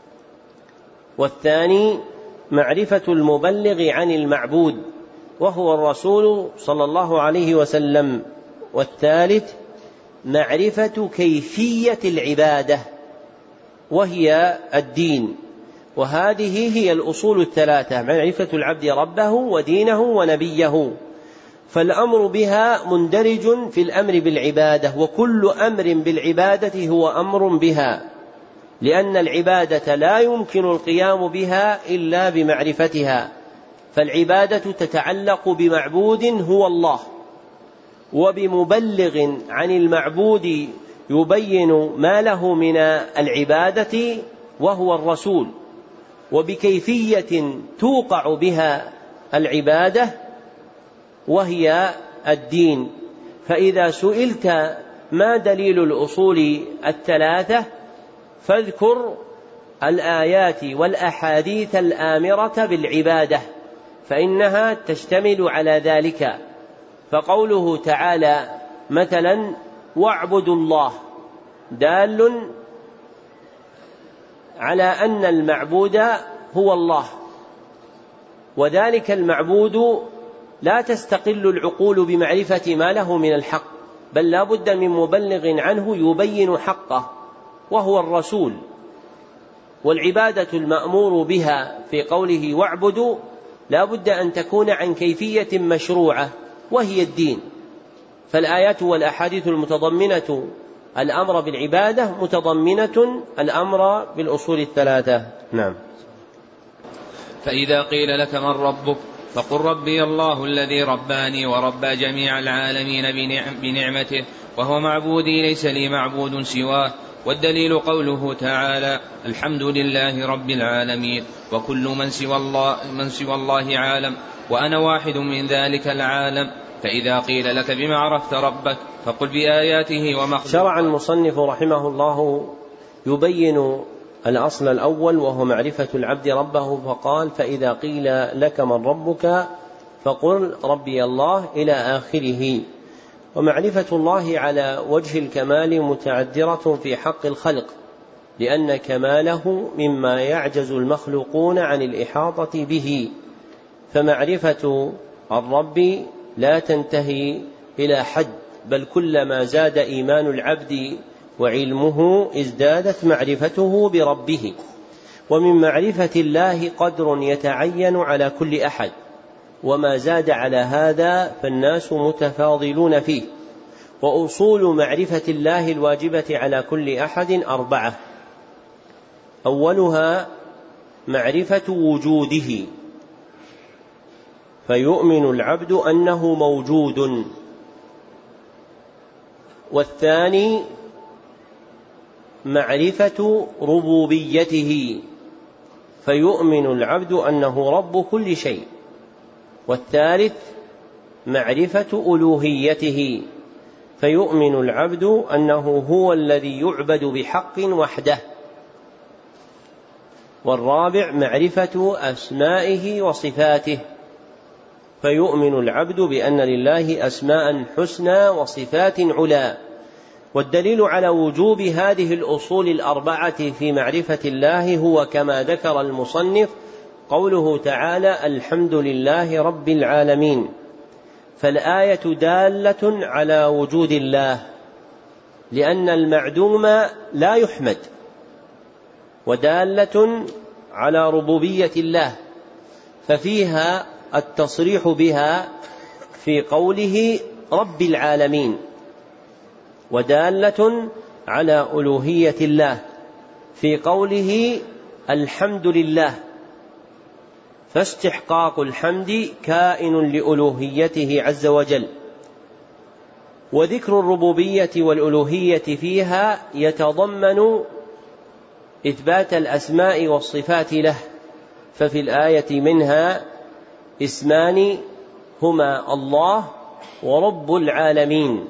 والثاني معرفة المبلغ عن المعبود وهو الرسول صلى الله عليه وسلم، والثالث معرفة كيفية العبادة وهي الدين. وهذه هي الأصول 3: معرفة العبد ربه ودينه ونبيه. فالأمر بها مندرج في الأمر بالعبادة، وكل أمر بالعبادة هو أمر بها، لأن العبادة لا يمكن القيام بها إلا بمعرفتها. فالعبادة تتعلق بمعبود هو الله، وبمبلغ عن المعبود يبين ما له من العبادة وهو الرسول، وبكيفية توقع بها العبادة وهي الدين. فإذا سئلت ما دليل الأصول 3 فاذكر الآيات والأحاديث الآمرة بالعبادة، فإنها تشتمل على ذلك. فقوله تعالى مثلا واعبدوا الله دال على أن المعبود هو الله، وذلك المعبود لا تستقل العقول بمعرفة ما له من الحق، بل لا بد من مبلغ عنه يبين حقه وهو الرسول. والعبادة المأمور بها في قوله واعبدوا لا بد أن تكون عن كيفية مشروعة وهي الدين. فالآيات والأحاديث المتضمنة الأمر بالعبادة متضمنة الأمر بالأصول 3. نعم. فإذا قيل لك من ربك فقل ربي الله الذي رباني وربى جميع العالمين بنعمته، وهو معبودي ليس لي معبود سواه. والدليل قوله تعالى: الحمد لله رب العالمين، وكل من سوى الله عالم، وأنا واحد من ذلك العالم. فإذا قيل لك بما عرفت ربك فقل بآياته ومخلوقاته. شرع المصنف رحمه الله يبين الأصل الأول وهو معرفة العبد ربه، فقال: فإذا قيل لك من ربك فقل ربي الله إلى آخره. ومعرفة الله على وجه الكمال متعذرة في حق الخلق، لأن كماله مما يعجز المخلوقون عن الإحاطة به، فمعرفة الرب لا تنتهي إلى حد، بل كلما زاد إيمان العبد وعلمه ازدادت معرفته بربه. ومن معرفة الله قدر يتعين على كل أحد، وما زاد على هذا فالناس متفاضلون فيه. وأصول معرفة الله الواجبة على كل أحد 4: أولها معرفة وجوده، فيؤمن العبد أنه موجود. والثاني معرفة ربوبيته، فيؤمن العبد أنه رب كل شيء. والثالث معرفة ألوهيته، فيؤمن العبد أنه هو الذي يعبد بحق وحده. والرابع معرفة أسمائه وصفاته، فيؤمن العبد بأن لله أسماء حسنى وصفات علا. والدليل على وجوب هذه الأصول 4 في معرفة الله هو كما ذكر المصنف قوله تعالى: الحمد لله رب العالمين. فالآية دالة على وجود الله، لأن المعدوم لا يحمد، ودالة على ربوبية الله، ففيها التصريح بها في قوله رب العالمين، ودالة على ألوهية الله في قوله الحمد لله، فاستحقاق الحمد كائن لألوهيته عز وجل. وذكر الربوبية والألوهية فيها يتضمن إثبات الأسماء والصفات له، ففي الآية منها اسمان هما الله ورب العالمين،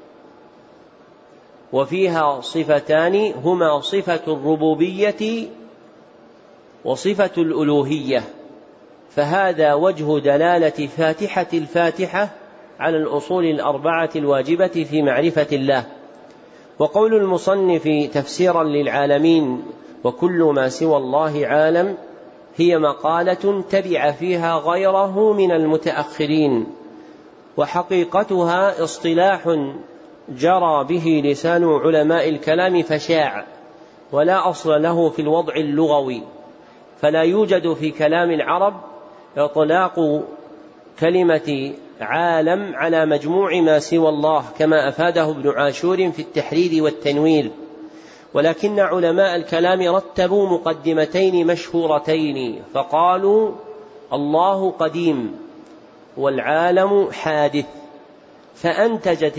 وفيها صفتان هما صفة الربوبية وصفة الألوهية، فهذا وجه دلالة فاتحة الفاتحة على الأصول 4 الواجبة في معرفة الله. وقول المصنف تفسيرا للعالمين: وكل ما سوى الله عالم، هي مقالة تبع فيها غيره من المتأخرين، وحقيقتها اصطلاح جرى به لسان علماء الكلام فشاع، ولا أصل له في الوضع اللغوي، فلا يوجد في كلام العرب إطلاق كلمة عالم على مجموع ما سوى الله، كما أفاده ابن عاشور في التحرير والتنوير. ولكن علماء الكلام رتبوا مقدمتين مشهورتين، فقالوا: الله قديم والعالم حادث، فأنتجت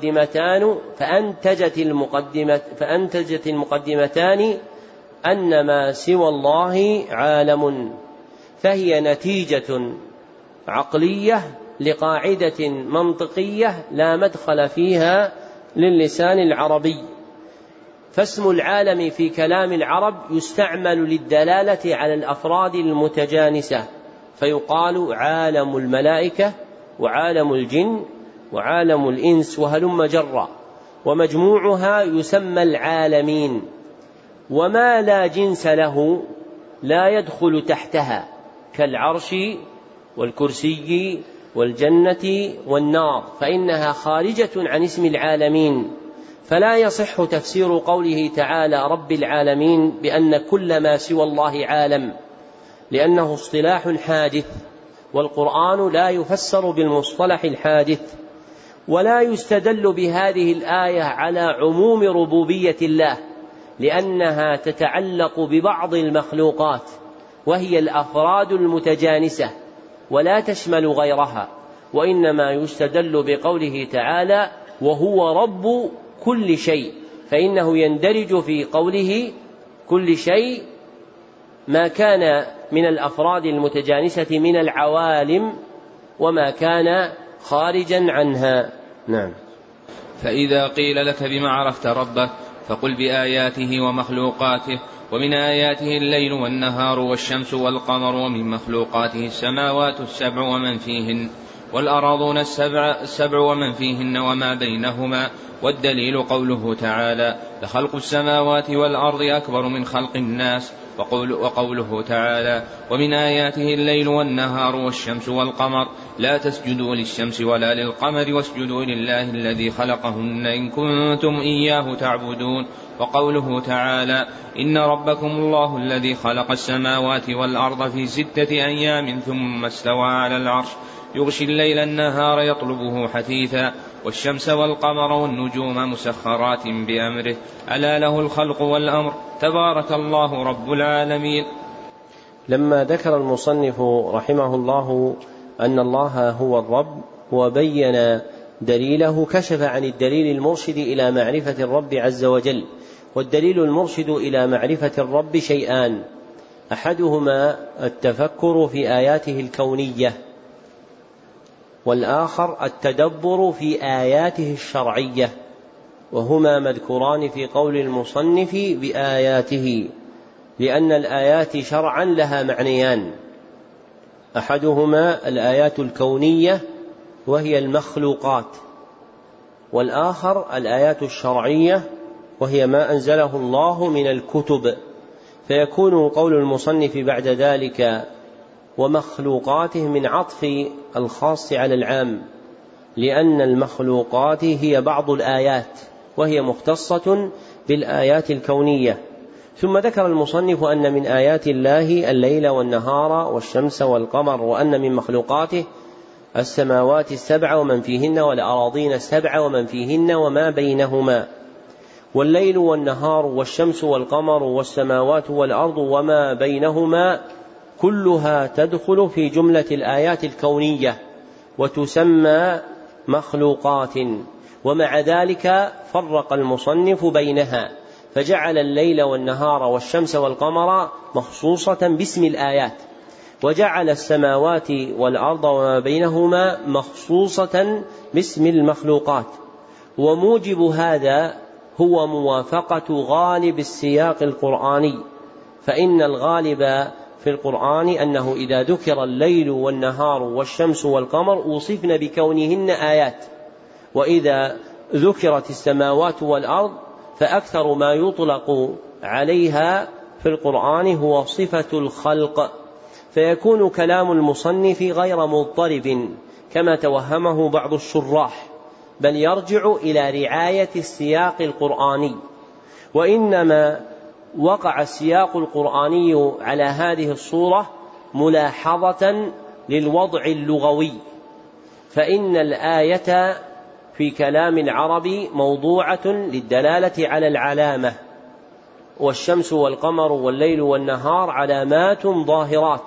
المقدمتان أن ما سوى الله عالم، فهي نتيجة عقلية لقاعدة منطقية لا مدخل فيها للسان العربي. فاسم العالم في كلام العرب يستعمل للدلالة على الأفراد المتجانسة، فيقال عالم الملائكة وعالم الجن وعالم الإنس وهلم جرا، ومجموعها يسمى العالمين. وما لا جنس له لا يدخل تحتها، كالعرش والكرسي والجنة والنار، فإنها خارجة عن اسم العالمين. فلا يصح تفسير قوله تعالى رب العالمين بأن كل ما سوى الله عالم، لأنه اصطلاح حادث، والقرآن لا يفسر بالمصطلح الحادث. ولا يستدل بهذه الآية على عموم ربوبية الله، لأنها تتعلق ببعض المخلوقات وهي الأفراد المتجانسة، ولا تشمل غيرها، وإنما يستدل بقوله تعالى وهو رب كل شيء، فإنه يندرج في قوله كل شيء ما كان من الأفراد المتجانسة من العوالم وما كان خارجا عنها. نعم. فإذا قيل لك بما عرفت ربك فقل بآياته ومخلوقاته، ومن آياته الليل والنهار والشمس والقمر، ومن مخلوقاته السماوات السبع ومن فيهن، والأراضون السبع ومن فيهن وما بينهما، والدليل قوله تعالى لخلق السماوات والأرض أكبر من خلق الناس، وقوله تعالى ومن آياته الليل والنهار والشمس والقمر لا تسجدوا للشمس ولا للقمر واسجدوا لله الذي خلقهن إن كنتم إياه تعبدون، وقوله تعالى إن ربكم الله الذي خلق السماوات والأرض في 6 أيام ثم استوى على العرش يغشي الليل النهار يطلبه حثيثا، والشمس والقمر والنجوم مسخرات بأمره ألا له الخلق والأمر تبارك الله رب العالمين. لما ذكر المصنف رحمه الله أن الله هو الرب وبين دليله، كشف عن الدليل المرشد إلى معرفة الرب عز وجل. والدليل المرشد إلى معرفة الرب شيئان: أحدهما التفكر في آياته الكونية، والآخر التدبر في آياته الشرعية، وهما مذكوران في قول المصنف بآياته، لأن الآيات شرعا لها معنيان: أحدهما الآيات الكونية وهي المخلوقات، والآخر الآيات الشرعية وهي ما أنزله الله من الكتب. فيكون قول المصنف بعد ذلك ومخلوقاته من عطف الخاص على العام، لأن المخلوقات هي بعض الآيات وهي مختصة بالآيات الكونية. ثم ذكر المصنف أن من آيات الله الليل والنهار والشمس والقمر، وأن من مخلوقاته السماوات السبع ومن فيهن والأراضين السبع ومن فيهن وما بينهما. والليل والنهار والشمس والقمر والسماوات والأرض وما بينهما كلها تدخل في جملة الآيات الكونية وتسمى مخلوقات. ومع ذلك فرق المصنف بينها، فجعل الليل والنهار والشمس والقمر مخصوصة باسم الآيات، وجعل السماوات والأرض وما بينهما مخصوصة باسم المخلوقات. وموجب هذا هو موافقة غالب السياق القرآني، فإن الغالب في القرآن أنه إذا ذكر الليل والنهار والشمس والقمر وصفن بكونهن آيات، وإذا ذكرت السماوات والأرض فأكثر ما يطلق عليها في القرآن هو صفة الخلق. فيكون كلام المصنف غير مضطرب كما توهمه بعض الشراح، بل يرجع إلى رعاية السياق القرآني. وإنما وقع السياق القرآني على هذه الصورة ملاحظة للوضع اللغوي، فإن الآية في كلام العرب موضوعة للدلالة على العلامة، والشمس والقمر والليل والنهار علامات ظاهرات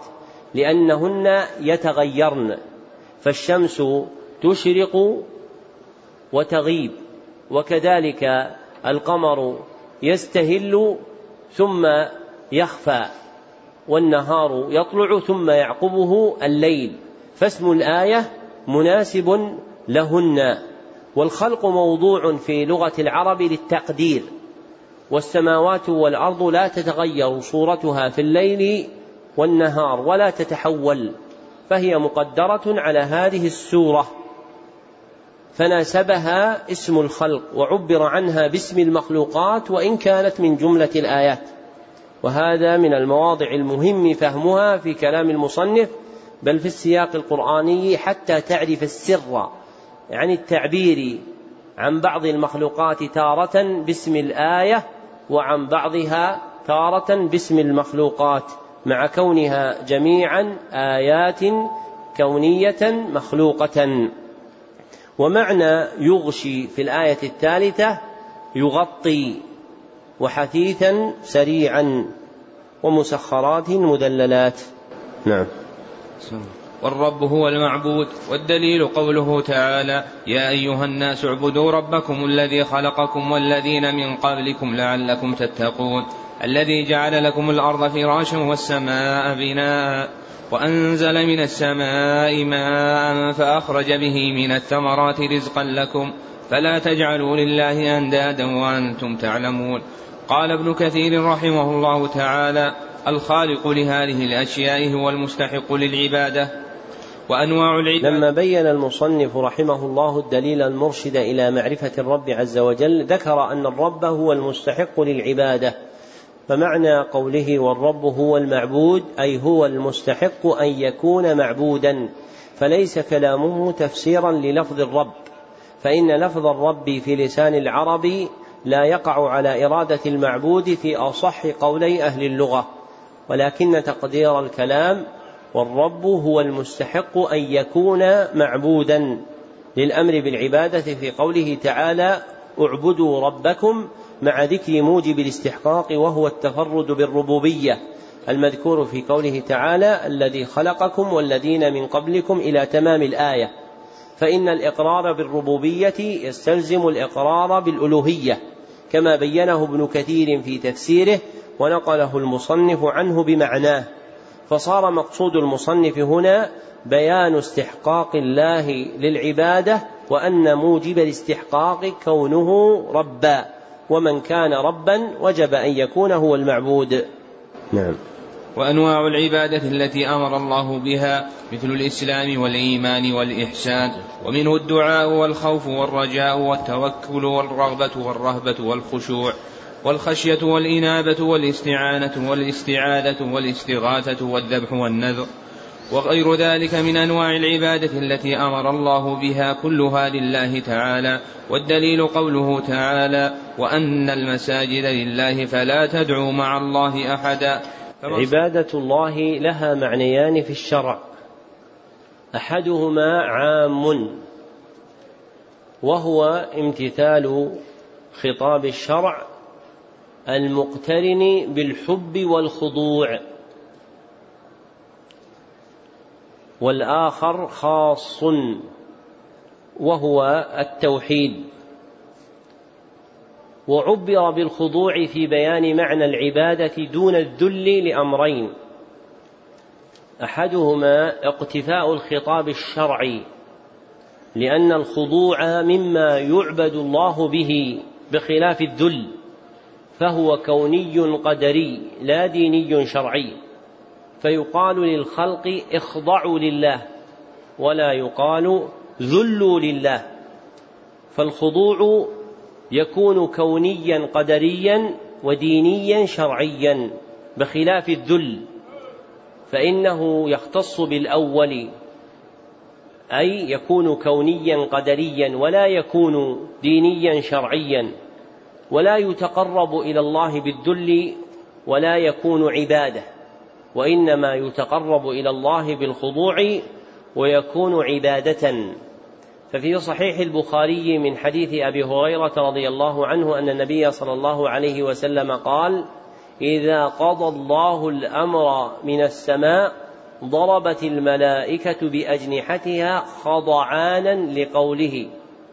لأنهن يتغيرن، فالشمس تشرق وتغيب، وكذلك القمر يستهل ثم يخفى، والنهار يطلع ثم يعقبه الليل، فاسم الآية مناسب لهن. والخلق موضوع في لغة العرب للتقدير، والسماوات والأرض لا تتغير صورتها في الليل والنهار ولا تتحول، فهي مقدرة على هذه السورة، فناسبها اسم الخلق وعبر عنها باسم المخلوقات وإن كانت من جملة الآيات. وهذا من المواضع المهم فهمها في كلام المصنف بل في السياق القرآني، حتى تعرف السر عن التعبير عن بعض المخلوقات تارة باسم الآية وعن بعضها تارة باسم المخلوقات، مع كونها جميعا آيات كونية مخلوقة. ومعنى يغشي في الآية الثالثة يغطي، وحثيثا سريعا، ومسخرات مدللات. نعم. والرب هو المعبود. والدليل قوله تعالى: يا أيها الناس اعبدوا ربكم الذي خلقكم والذين من قبلكم لعلكم تتقون، الذي جعل لكم الأرض فراشا والسماء بناء وأنزل من السماء ماء فأخرج به من الثمرات رزقا لكم فلا تجعلوا لله أندادا وأنتم تعلمون. قال ابن كثير رحمه الله تعالى: الخالق لهذه الأشياء هو المستحق للعبادة. وأنواع العبادة. لما بين المصنف رحمه الله الدليل المرشد إلى معرفة الرب عز وجل ذكر أن الرب هو المستحق للعبادة، فمعنى قوله والرب هو المعبود أي هو المستحق أن يكون معبودا، فليس كلامه تفسيرا للفظ الرب، فإن لفظ الرب في لسان العرب لا يقع على إرادة المعبود في أصح قولي أهل اللغة، ولكن تقدير الكلام والرب هو المستحق أن يكون معبودا للأمر بالعبادة في قوله تعالى: اعبدوا ربكم، مع ذكر موجب الاستحقاق وهو التفرد بالربوبية المذكور في قوله تعالى: الذي خلقكم والذين من قبلكم إلى تمام الآية، فإن الإقرار بالربوبية يستلزم الإقرار بالألوهية كما بينه ابن كثير في تفسيره ونقله المصنف عنه بمعناه، فصار مقصود المصنف هنا بيان استحقاق الله للعبادة، وأن موجب الاستحقاق كونه ربا، ومن كان ربا وجب أن يكون هو المعبود. نعم. وأنواع العبادة التي أمر الله بها مثل الإسلام والإيمان والإحسان، ومنه الدعاء والخوف والرجاء والتوكل والرغبة والرهبة والخشوع والخشية والإنابة والاستعانة والاستعاذة والاستغاثة والذبح والنذر وغير ذلك من أنواع العبادة التي أمر الله بها كلها لله تعالى. والدليل قوله تعالى: وأن المساجد لله فلا تدعوا مع الله أحدا. عبادة الله لها معنيان في الشرع، أحدهما عام وهو امتثال خطاب الشرع المقترن بالحب والخضوع، والآخر خاص وهو التوحيد. وعبر بالخضوع في بيان معنى العبادة دون الذل لأمرين: أحدهما اقتفاء الخطاب الشرعي، لأن الخضوع مما يعبد الله به بخلاف الذل، فهو كوني قدري لا ديني شرعي، فيقال للخلق اخضعوا لله ولا يقال ذلوا لله، فالخضوع يكون كونيا قدريا ودينيا شرعيا بخلاف الذل، فإنه يختص بالأول، أي يكون كونيا قدريا ولا يكون دينيا شرعيا، ولا يتقرب إلى الله بالذل ولا يكون عبادة، وإنما يتقرب إلى الله بالخضوع ويكون عبادة. ففي صحيح البخاري من حديث أبي هريرة رضي الله عنه أن النبي صلى الله عليه وسلم قال: إذا قضى الله الأمر من السماء ضربت الملائكة بأجنحتها خضعانا لقوله.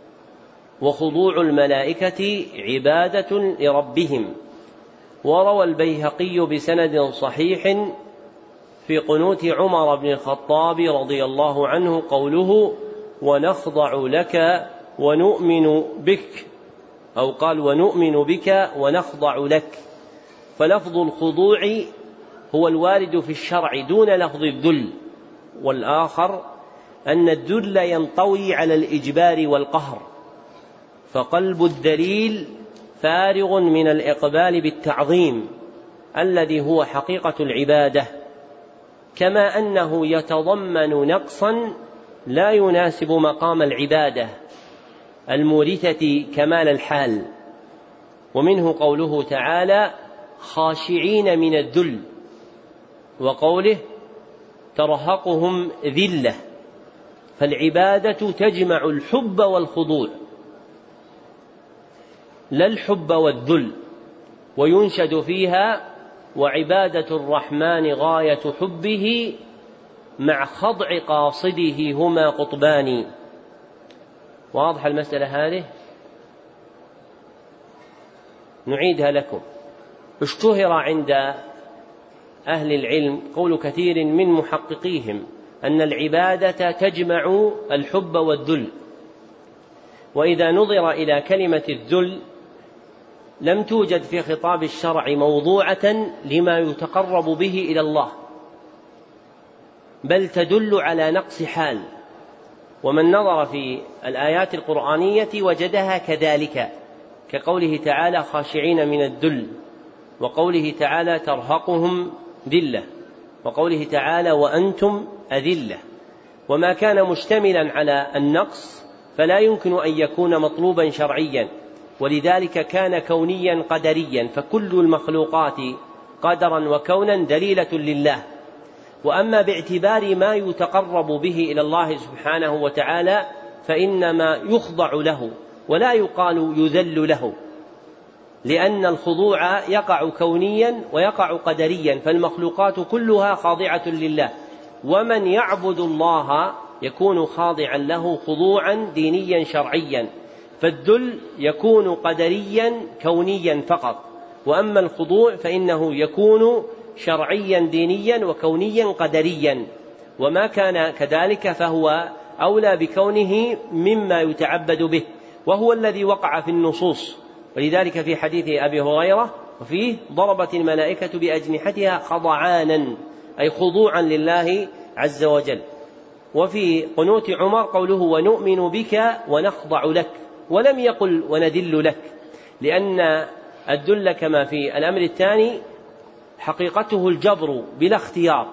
وخضوع الملائكة عبادة لربهم. وروى البيهقي بسند صحيح في قنوت عمر بن الخطاب رضي الله عنه قوله: ونخضع لك ونؤمن بك، أو قال: ونؤمن بك ونخضع لك. فلفظ الخضوع هو الوارد في الشرع دون لفظ الذل، والآخر أن الذل ينطوي على الإجبار والقهر، فقلب الذليل فارغ من الإقبال بالتعظيم الذي هو حقيقة العبادة، كما أنه يتضمن نقصا لا يناسب مقام العبادة المورثة كمال الحال. ومنه قوله تعالى: خاشعين من الذل، وقوله: ترهقهم ذلة. فالعبادة تجمع الحب والخضوع لا الحب والذل، وينشد فيها: وعبادة الرحمن غاية حبه مع خضع قاصده هما قطبان. واضح المسألة هذه؟ نعيدها لكم. اشتهر عند أهل العلم قول كثير من محققيهم أن العبادة تجمع الحب والذل، وإذا نظر إلى كلمة الذل لم توجد في خطاب الشرع موضوعة لما يتقرب به إلى الله، بل تدل على نقص حال. ومن نظر في الآيات القرآنية وجدها كذلك، كقوله تعالى خاشعين من الذل، وقوله تعالى ترهقهم ذلة، وقوله تعالى وأنتم أذلة. وما كان مشتملا على النقص فلا يمكن أن يكون مطلوبا شرعيا، ولذلك كان كونيا قدريا، فكل المخلوقات قدرا وكونا دليلة لله. وأما باعتبار ما يتقرب به إلى الله سبحانه وتعالى فإنما يخضع له ولا يقال يذل له، لأن الخضوع يقع كونيا ويقع قدريا، فالمخلوقات كلها خاضعة لله، ومن يعبد الله يكون خاضعا له خضوعا دينيا شرعيا، فالذل يكون قدريا كونيا فقط، وأما الخضوع فإنه يكون شرعيا دينيا وكونيا قدريا، وما كان كذلك فهو أولى بكونه مما يتعبد به، وهو الذي وقع في النصوص. ولذلك في حديث أبي هريرة وفيه ضربت الملائكة بأجنحتها خضعانا، أي خضوعا لله عز وجل. وفي قنوت عمر قوله ونؤمن بك ونخضع لك، ولم يقل وندل لك، لأن الذل كما في الأمر الثاني حقيقته الجبر بلا اختيار،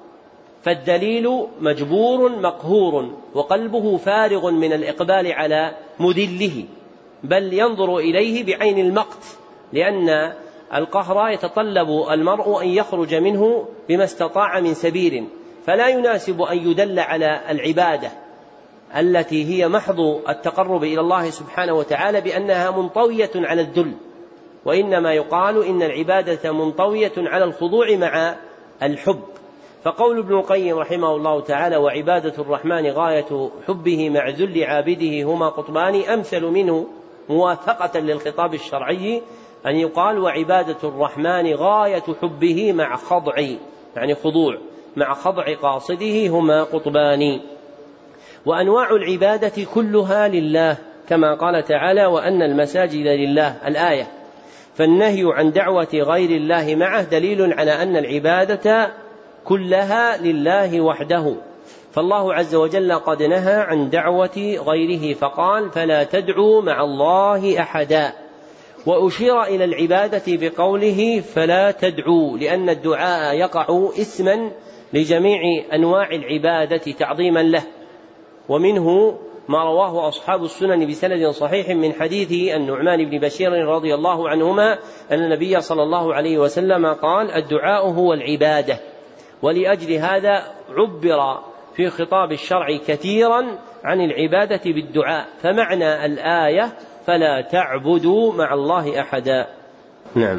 فالدليل مجبور مقهور وقلبه فارغ من الإقبال على مذله، بل ينظر إليه بعين المقت، لأن القهر يتطلب المرء أن يخرج منه بما استطاع من سبيل، فلا يناسب أن يدل على العبادة التي هي محض التقرب إلى الله سبحانه وتعالى بأنها منطوية على الذل، وإنما يقال إن العبادة منطوية على الخضوع مع الحب. فقول ابن القيم رحمه الله تعالى وعبادة الرحمن غاية حبه مع ذل عابده هما قطبان أمثل منه موافقة للخطاب الشرعي أن يقال وعبادة الرحمن غاية حبه مع خضع، يعني خضوع مع خضع قاصده هما قطبان. وأنواع العبادة كلها لله، كما قال تعالى وأن المساجد لله الآية، فالنهي عن دعوة غير الله معه دليل على أن العبادة كلها لله وحده، فالله عز وجل قد نهى عن دعوة غيره فقال فلا تدعوا مع الله أحدا، وأشير إلى العبادة بقوله فلا تدعوا، لأن الدعاء يقع اسما لجميع أنواع العبادة تعظيما له. ومنه ما رواه أصحاب السنن بسند صحيح من حديث النعمان بن بشير رضي الله عنهما أن النبي صلى الله عليه وسلم قال الدعاء هو العبادة، ولأجل هذا عبر في خطاب الشرع كثيرا عن العبادة بالدعاء، فمعنى الآية فلا تعبدوا مع الله أحدا. نعم.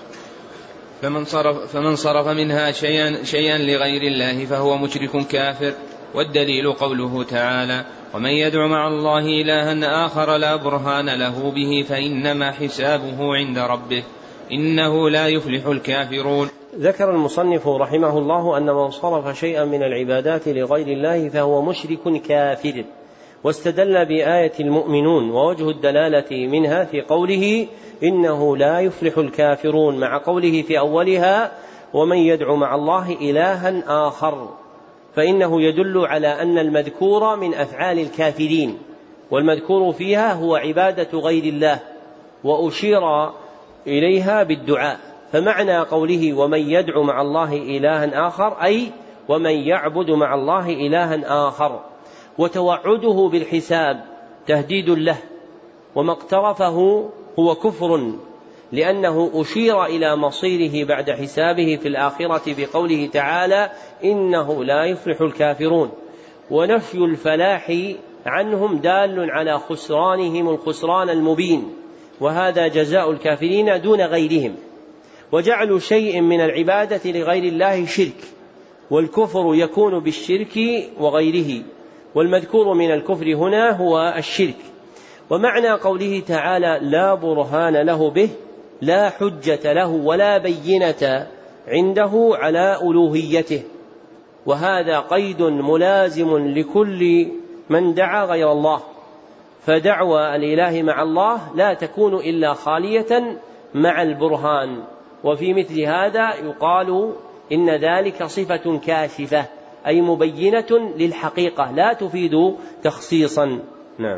فمن صرف منها شيئا لغير الله فهو مشرك كافر. والدليل قوله تعالى ومن يدع مع الله إلها آخر لا برهان له به فإنما حسابه عند ربه إنه لا يفلح الكافرون. ذكر المصنف رحمه الله أن من صرف شيئا من العبادات لغير الله فهو مشرك كافر، واستدل بآية المؤمنون، ووجه الدلالة منها في قوله إنه لا يفلح الكافرون مع قوله في أولها ومن يدع مع الله إلها آخر، فإنه يدل على أن المذكور من أفعال الكافرين، والمذكور فيها هو عبادة غير الله، وأشير إليها بالدعاء. فمعنى قوله ومن يدع مع الله إلها آخر أي ومن يعبد مع الله إلها آخر، وتوعده بالحساب تهديد له، وما اقترفه هو كفر، لأنه أشير إلى مصيره بعد حسابه في الآخرة بقوله تعالى إنه لا يفلح الكافرون، ونفي الفلاح عنهم دال على خسرانهم الخسران المبين، وهذا جزاء الكافرين دون غيرهم. وجعل شيء من العبادة لغير الله شرك، والكفر يكون بالشرك وغيره، والمذكور من الكفر هنا هو الشرك. ومعنى قوله تعالى لا برهان له به لا حجة له ولا بينة عنده على ألوهيته، وهذا قيد ملازم لكل من دعا غير الله، فدعوى الإله مع الله لا تكون إلا خالية مع البرهان. وفي مثل هذا يقال إن ذلك صفة كاشفة أي مبينة للحقيقة لا تفيد تخصيصا. نعم.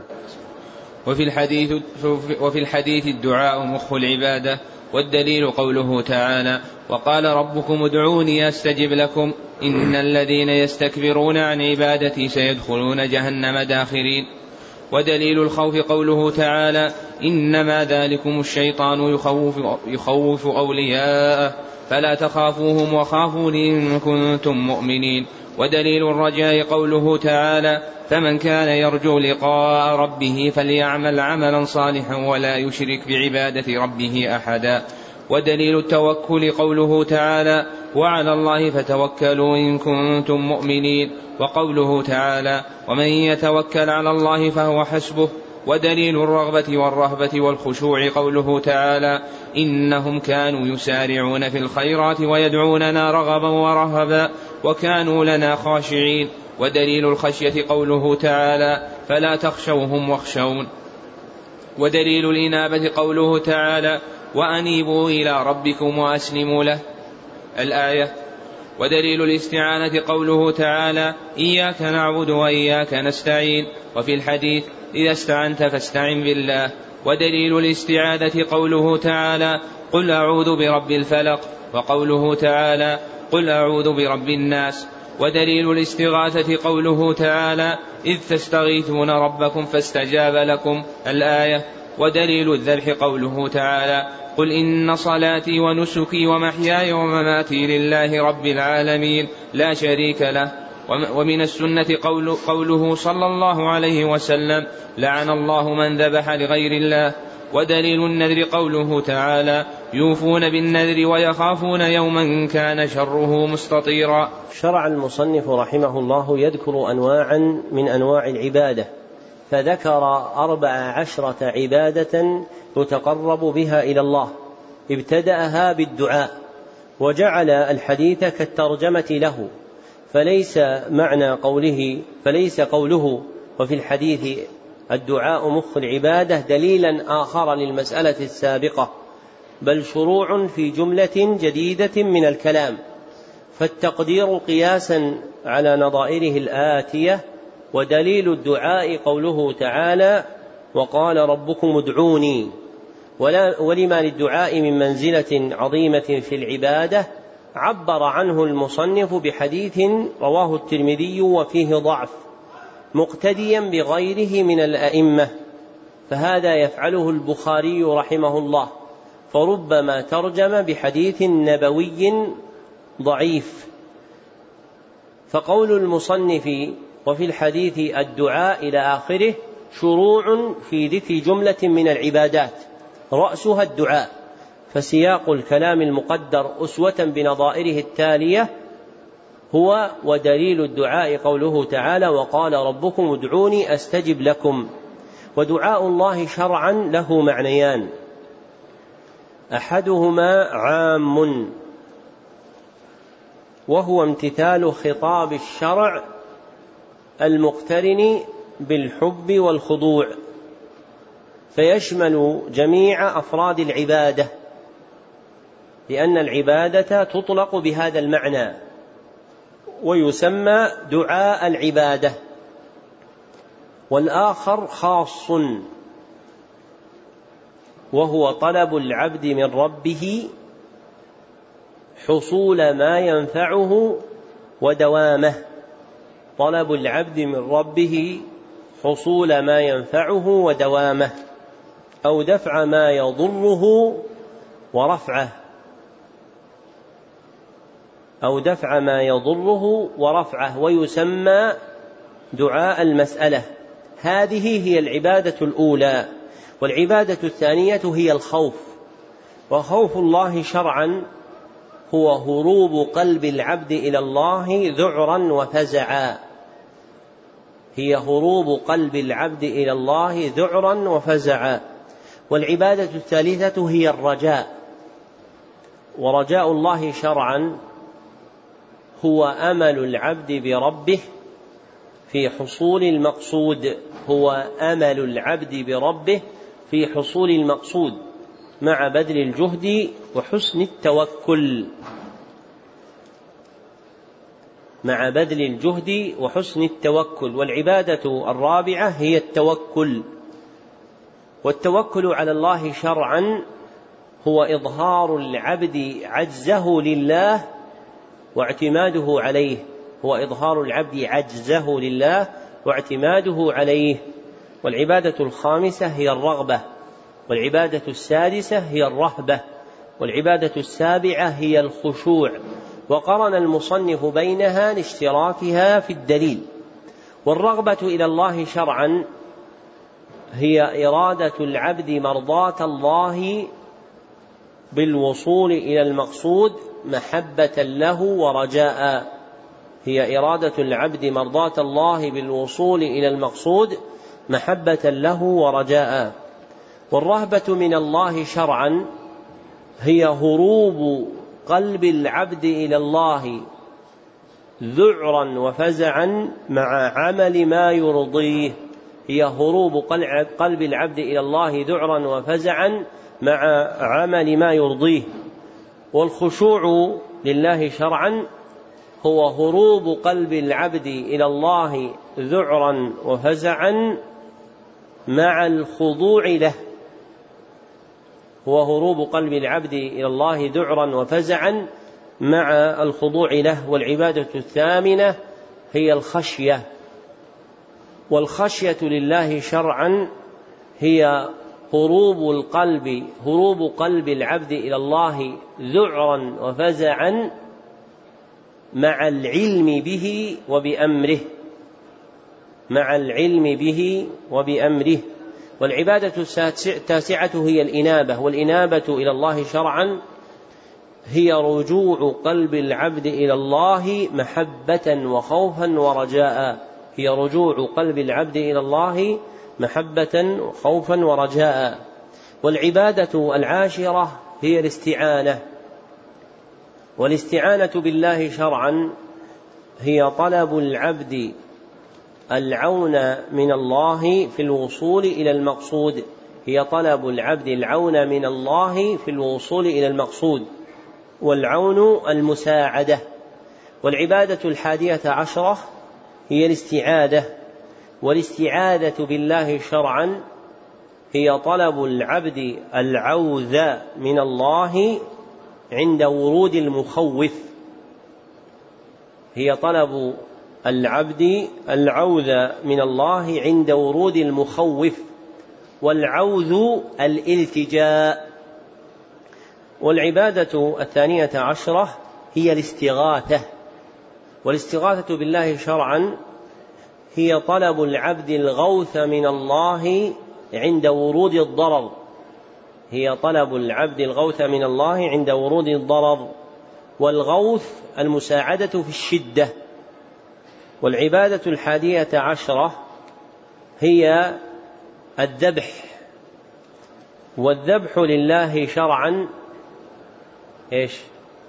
وفي الحديث الدعاء مخ العبادة، والدليل قوله تعالى وقال ربكم ادعوني أستجب لكم إن الذين يستكبرون عن عبادتي سيدخلون جهنم داخرين. ودليل الخوف قوله تعالى إنما ذلكم الشيطان يخوف أولياءه فلا تخافوهم وخافون إن كنتم مؤمنين. ودليل الرجاء قوله تعالى فمن كان يرجو لقاء ربه فليعمل عملا صالحا ولا يشرك بعبادة ربه أحدا. ودليل التوكل قوله تعالى وعلى الله فتوكلوا إن كنتم مؤمنين، وقوله تعالى ومن يتوكل على الله فهو حسبه. ودليل الرغبة والرهبة والخشوع قوله تعالى إنهم كانوا يسارعون في الخيرات ويدعوننا رغبا ورهبا وكانوا لنا خاشعين. ودليل الخشية قوله تعالى فلا تخشوهم واخشون. ودليل الإنابة قوله تعالى وأنيبوا إلى ربكم وأسلموا له الآية. ودليل الاستعانة قوله تعالى إياك نعبد وإياك نستعين، وفي الحديث إذا استعنت فاستعن بالله. ودليل الاستعاذة قوله تعالى قل أعوذ برب الفلق، وقوله تعالى قل أعوذ برب الناس. ودليل الاستغاثة قوله تعالى إذ تستغيثون ربكم فاستجاب لكم الآية. ودليل الذبح قوله تعالى قل إن صلاتي ونسكي ومحياي ومماتي لله رب العالمين لا شريك له. ومن السنة قوله صلى الله عليه وسلم لعن الله من ذبح لغير الله. ودليل النذر قوله تعالى يوفون بالنذر ويخافون يوما كان شره مستطيرا. شرع المصنف رحمه الله يذكر أنواعا من أنواع العبادة، فذكر 14 عبادة يتقرب بها إلى الله، ابتدأها بالدعاء وجعل الحديث كالترجمة له، فليس قوله وفي الحديث الدعاء مخ العبادة دليلا آخر للمسألة السابقة، بل شروع في جملة جديدة من الكلام، فالتقدير قياسا على نظائره الآتية. ودليل الدعاء قوله تعالى وقال ربكم ادعوني، ولما للدعاء من منزلة عظيمة في العبادة عبر عنه المصنف بحديث رواه الترمذي وفيه ضعف مقتديا بغيره من الأئمة، فهذا يفعله البخاري رحمه الله، فربما ترجم بحديث نبوي ضعيف. فقول المصنف وفي الحديث الدعاء إلى آخره شروع في ذكر جملة من العبادات رأسها الدعاء، فسياق الكلام المقدر أسوة بنظائره التالية هو ودليل الدعاء قوله تعالى وقال ربكم ادعوني أستجب لكم. ودعاء الله شرعا له معنيان، أحدهما عام وهو امتثال خطاب الشرع المقترن بالحب والخضوع، فيشمل جميع أفراد العبادة، لأن العبادة تطلق بهذا المعنى ويسمى دعاء العبادة. والآخر خاص وهو طلب العبد من ربه حصول ما ينفعه ودوامه، طلب العبد من ربه حصول ما ينفعه ودوامه، أو دفع ما يضره ورفعه، ويسمى دعاء المسألة. هذه هي العبادة الأولى. والعبادة الثانية هي الخوف، وخوف الله شرعا هو هروب قلب العبد إلى الله ذعرا وفزعا. هي هروب قلب العبد إلى الله ذعرا وفزعا. والعبادة الثالثة هي الرجاء. ورجاء الله شرعا هو أمل العبد بربه في حصول المقصود. هو أمل العبد بربه في حصول المقصود مع بذل الجهد وحسن التوكل. مع بذل الجهد وحسن التوكل. والعبادة الرابعة هي التوكل. والتوكل على الله شرعا هو إظهار العبد عجزه لله واعتماده عليه. هو إظهار العبد عجزه لله واعتماده عليه. والعبادة الخامسة هي الرغبة. والعبادة السادسة هي الرهبة. والعبادة السابعة هي الخشوع. وقرن المصنف بينها لاشتراكها في الدليل. والرغبة إلى الله شرعا هي إرادة العبد مرضاة الله بالوصول إلى المقصود محبة له ورجاء. هي إرادة العبد مرضاة الله بالوصول إلى المقصود محبة له ورجاء. والرهبة من الله شرعا هي هروب قلب العبد إلى الله ذعرا وفزعا مع عمل ما يرضيه. هي هروب قلب العبد إلى الله ذعرا وفزعا مع عمل ما يرضيه. والخشوع لله شرعا هو هروب قلب العبد إلى الله ذعرا وفزعا مع الخضوع له. هو هروب قلب العبد إلى الله ذعرا وفزعا مع الخضوع له. والعبادة الثامنة هي الخشية. والخشية لله شرعا هي هروب قلب العبد إلى الله ذعرا وفزعا مع العلم به وبأمره. مع العلم به وبأمره. والعبادة التاسعة هي الإنابة. والإنابة إلى الله شرعا هي رجوع قلب العبد إلى الله محبة وخوفا ورجاء. هي رجوع قلب العبد إلى الله محبة وخوفا ورجاء. والعبادة العاشرة هي الاستعانة. والاستعانة بالله شرعا هي طلب العبد العون من الله في الوصول إلى المقصود. هي طلب العبد العون من الله في الوصول إلى المقصود. والعون المساعدة. والعبادة الحادية عشرة هي الاستعاذة. والاستعاذة بالله شرعا هي طلب العبد العوذ من الله عند ورود المخوف. هي طلب العبد العوذ من الله عند ورود المخوف. والعوذ الالتجاء. والعبادة الثانية عشرة هي الاستغاثة. والاستغاثة بالله شرعا هي طلب العبد الغوث من الله عند ورود الضرر. هي طلب العبد الغوث من الله عند ورود الضرر. والغوث المساعدة في الشدة. والعبادة الحادية عشرة هي الذبح. والذبح لله شرعا ايش؟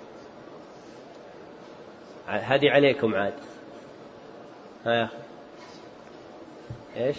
هذه عليكم عاد. يا أخي ايش؟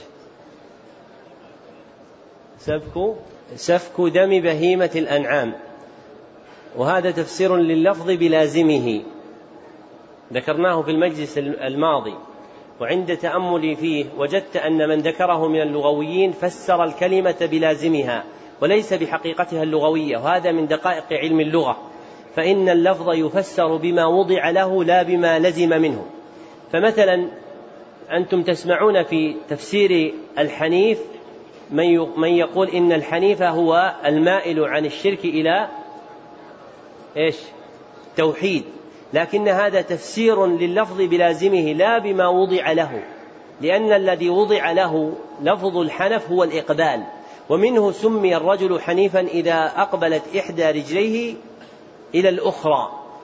سفك دم بهيمة الأنعام. وهذا تفسير لللفظ بلازمه ذكرناه في المجلس الماضي. وعند تأملي فيه وجدت أن من ذكره من اللغويين فسر الكلمة بلازمها وليس بحقيقتها اللغوية. وهذا من دقائق علم اللغة. فإن اللفظ يفسر بما وضع له لا بما لزم منه. فمثلا أنتم تسمعون في تفسير الحنيف من يقول إن الحنيف هو المائل عن الشرك إلى إيش؟ توحيد. لكن هذا تفسير لللفظ بلازمه لا بما وضع له. لأن الذي وضع له لفظ الحنف هو الإقبال. ومنه سمي الرجل حنيفا إذا أقبلت إحدى رجليه إلى الأخرى.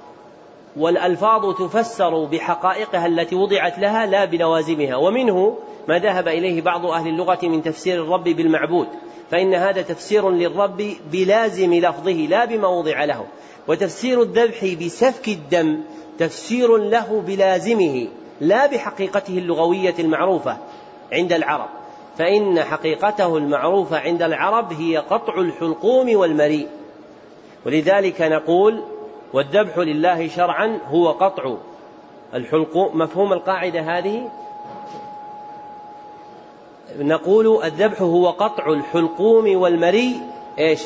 والألفاظ تفسر بحقائقها التي وضعت لها لا بلوازمها. ومنه ما ذهب إليه بعض أهل اللغة من تفسير الرب بالمعبود، فإن هذا تفسير للرب بلازم لفظه لا بما وضع له. وتفسير الذبح بسفك الدم تفسير له بلازمه لا بحقيقته اللغوية المعروفة عند العرب، فإن حقيقته المعروفة عند العرب هي قطع الحلقوم والمريء. ولذلك نقول والذبح لله شرعا هو قطع الحلقوم. مفهوم القاعدة هذه؟ نقول الذبح هو قطع الحلقوم والمريء إيش؟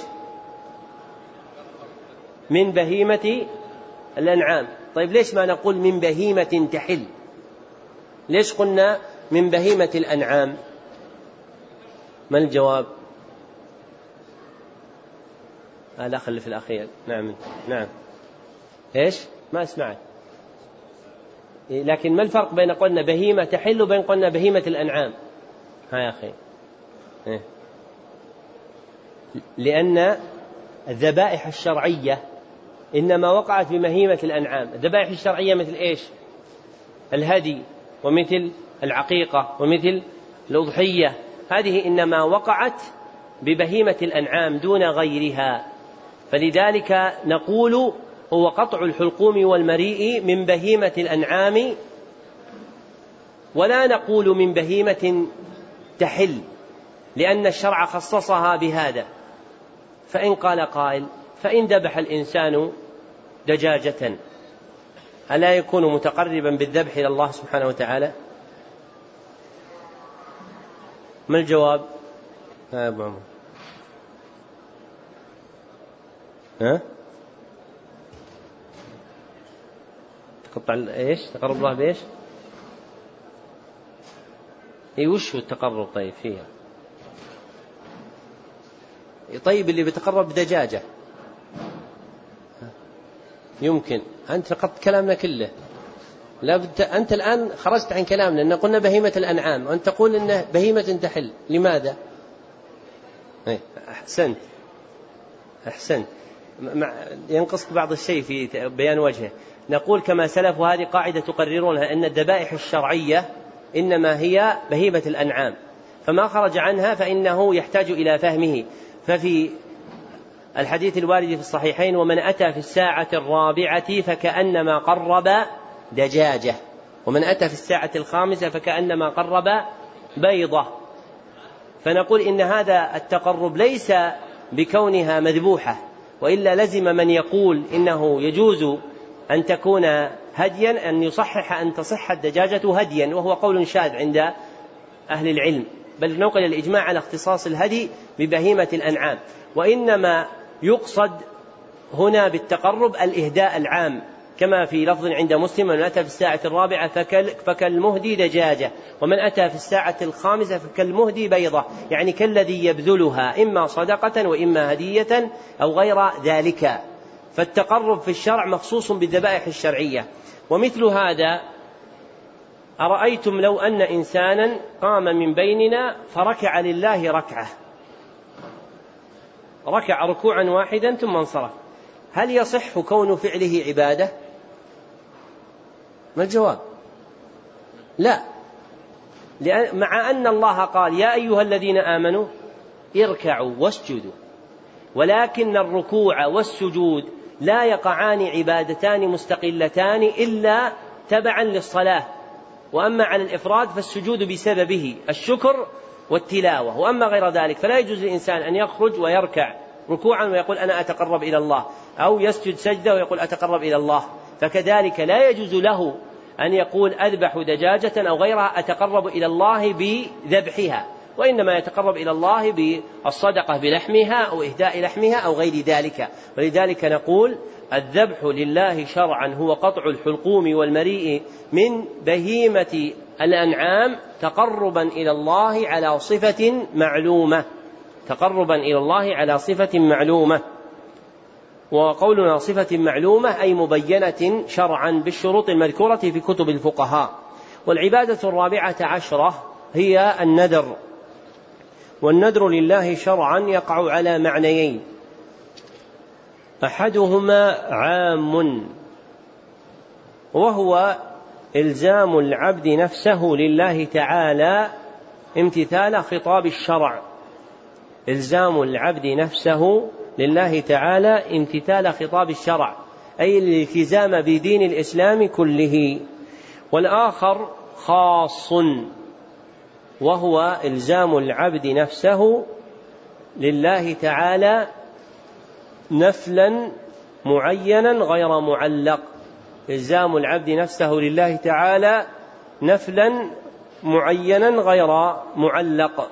من بهيمة الأنعام. طيب ليش ما نقول من بهيمة تحل؟ ليش قلنا من بهيمة الأنعام؟ ما الجواب؟ لا خلي في الأخير. نعم إيش؟ ما أسمعت. لكن ما الفرق بين قلنا بهيمة تحل وبين قلنا بهيمة الأنعام؟ ها يا أخي. لأن الذبائح الشرعية إنما وقعت بمهيمة الأنعام. الذبائح الشرعية مثل إيش؟ الهدي ومثل العقيقة ومثل الأضحية، هذه إنما وقعت ببهيمة الأنعام دون غيرها. فلذلك نقول هو قطع الحلقوم والمريء من بهيمة الأنعام، ولا نقول من بهيمة تحل، لأن الشرع خصصها بهذا. فإن قال قائل فإن ذبح الإنسان دجاجة ألا يكون متقربا بالذبح إلى الله سبحانه وتعالى؟ ما الجواب؟ يا أبو عمر. تقطع إيش؟ تقرب الله بإيش؟ وش هو التقرب طيب فيها؟ طيب اللي بيتقرب بدجاجة يمكن. أنت لقطت كلامنا كله. أنت الآن خرجت عن كلامنا أن قلنا بهيمة الأنعام وأنت تقول أنه بهيمة تحل. لماذا؟ أحسنت. ينقص بعض الشيء في بيان وجهه. نقول كما سلف، وهذه قاعدة تقررونها، أن الذبائح الشرعية إنما هي بهيمة الأنعام، فما خرج عنها فإنه يحتاج إلى فهمه. ففي الحديث الوارد في الصحيحين ومن أتى في الساعة الرابعة فكأنما قرب دجاجة، ومن أتى في الساعة الخامسة فكأنما قرب بيضة. فنقول إن هذا التقرب ليس بكونها مذبوحة، وإلا لزم من يقول إنه يجوز أن تكون هديا أن يصحح أن تصح الدجاجة هديا، وهو قول شاذ عند أهل العلم، بل نقل الإجماع على اختصاص الهدي ببهيمة الأنعام. وإنما يقصد هنا بالتقرب الإهداء العام، كما في لفظ عند مسلم من أتى في الساعة الرابعة فكالمهدي دجاجة، ومن أتى في الساعة الخامسة فكالمهدي بيضة، يعني كالذي يبذلها إما صدقة وإما هدية أو غير ذلك. فالتقرب في الشرع مخصوص بالذبائح الشرعية. ومثل هذا أرأيتم لو أن إنسانا قام من بيننا فركع لله ركعة، ركع ركوعا واحدا ثم انصرف، هل يصح كون فعله عبادة؟ ما الجواب؟ لا، مع أن الله قال يا أيها الذين آمنوا اركعوا واسجدوا، ولكن الركوع والسجود لا يقعان عبادتان مستقلتان إلا تبعا للصلاة. وأما على الإفراد فالسجود بسببه الشكر والتلاوة، وأما غير ذلك فلا يجوز للإنسان أن يخرج ويركع ركوعا ويقول أنا أتقرب إلى الله، أو يسجد سجدة ويقول أتقرب إلى الله. فكذلك لا يجوز له أن يقول أذبح دجاجة أو غيرها أتقرب إلى الله بذبحها، وإنما يتقرب إلى الله بالصدقة بلحمها أو إهداء لحمها أو غير ذلك. ولذلك نقول الذبح لله شرعا هو قطع الحلقوم والمريء من بهيمة الأنعام تقربا إلى الله على صفة معلومة، تقربا إلى الله على صفة معلومة. وقولنا صفة معلومة أي مبينة شرعا بالشروط المذكورة في كتب الفقهاء. والعبادة 14 هي النذر. والنذر لله شرعا يقع على معنيين: أحدهما عام وهو إلزام العبد نفسه لله تعالى امتثال خطاب الشرع. إلزام العبد نفسه لله تعالى امتثال خطاب الشرع، أي الالتزام بدين الإسلام كله. والآخر خاص، وهو إلزام العبد نفسه لله تعالى نفلا معينا غير معلق. إلزام العبد نفسه لله تعالى نفلا معينا غير معلق.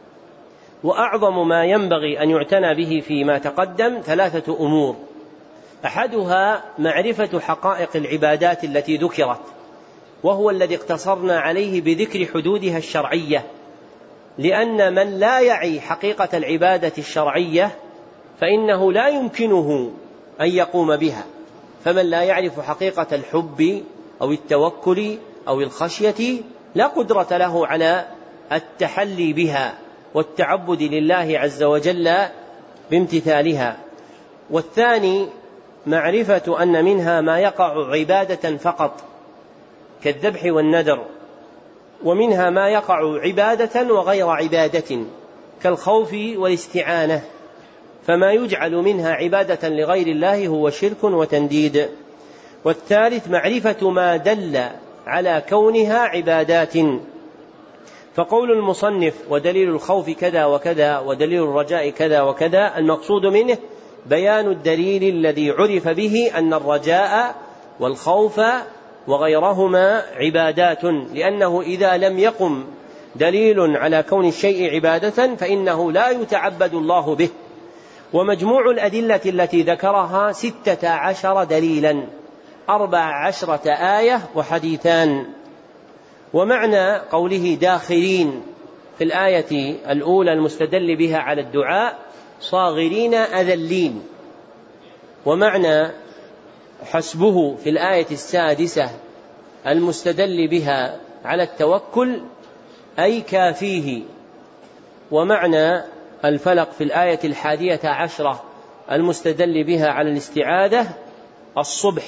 وأعظم ما ينبغي أن يعتنى به فيما تقدم 3 أمور: أحدها معرفة حقائق العبادات التي ذكرت، وهو الذي اقتصرنا عليه بذكر حدودها الشرعية، لأن من لا يعي حقيقة العبادة الشرعية فإنه لا يمكنه أن يقوم بها. فمن لا يعرف حقيقة الحب أو التوكل أو الخشية لا قدرة له على التحلي بها والتعبد لله عز وجل بامتثالها. والثاني معرفة أن منها ما يقع عبادة فقط كالذبح والنذر، ومنها ما يقع عبادة وغير عبادة كالخوف والاستعانة، فما يجعل منها عبادة لغير الله هو شرك وتنديد. والثالث معرفة ما دل على كونها عبادات، فقول المصنف ودليل الخوف كذا وكذا ودليل الرجاء كذا وكذا، المقصود منه بيان الدليل الذي عرف به أن الرجاء والخوف وغيرهما عبادات، لأنه إذا لم يقم دليل على كون الشيء عبادة فإنه لا يتعبد الله به. ومجموع الأدلة التي ذكرها 16 دليلا، 14 آية وحديثان. ومعنى قوله داخلين في الآية الأولى المستدل بها على الدعاء صاغرين أذلين، ومعنى حسبه في الآية السادسة المستدل بها على التوكل أي كافيه. ومعنى الفلق في الآية 11 المستدل بها على الاستعاذة الصبح.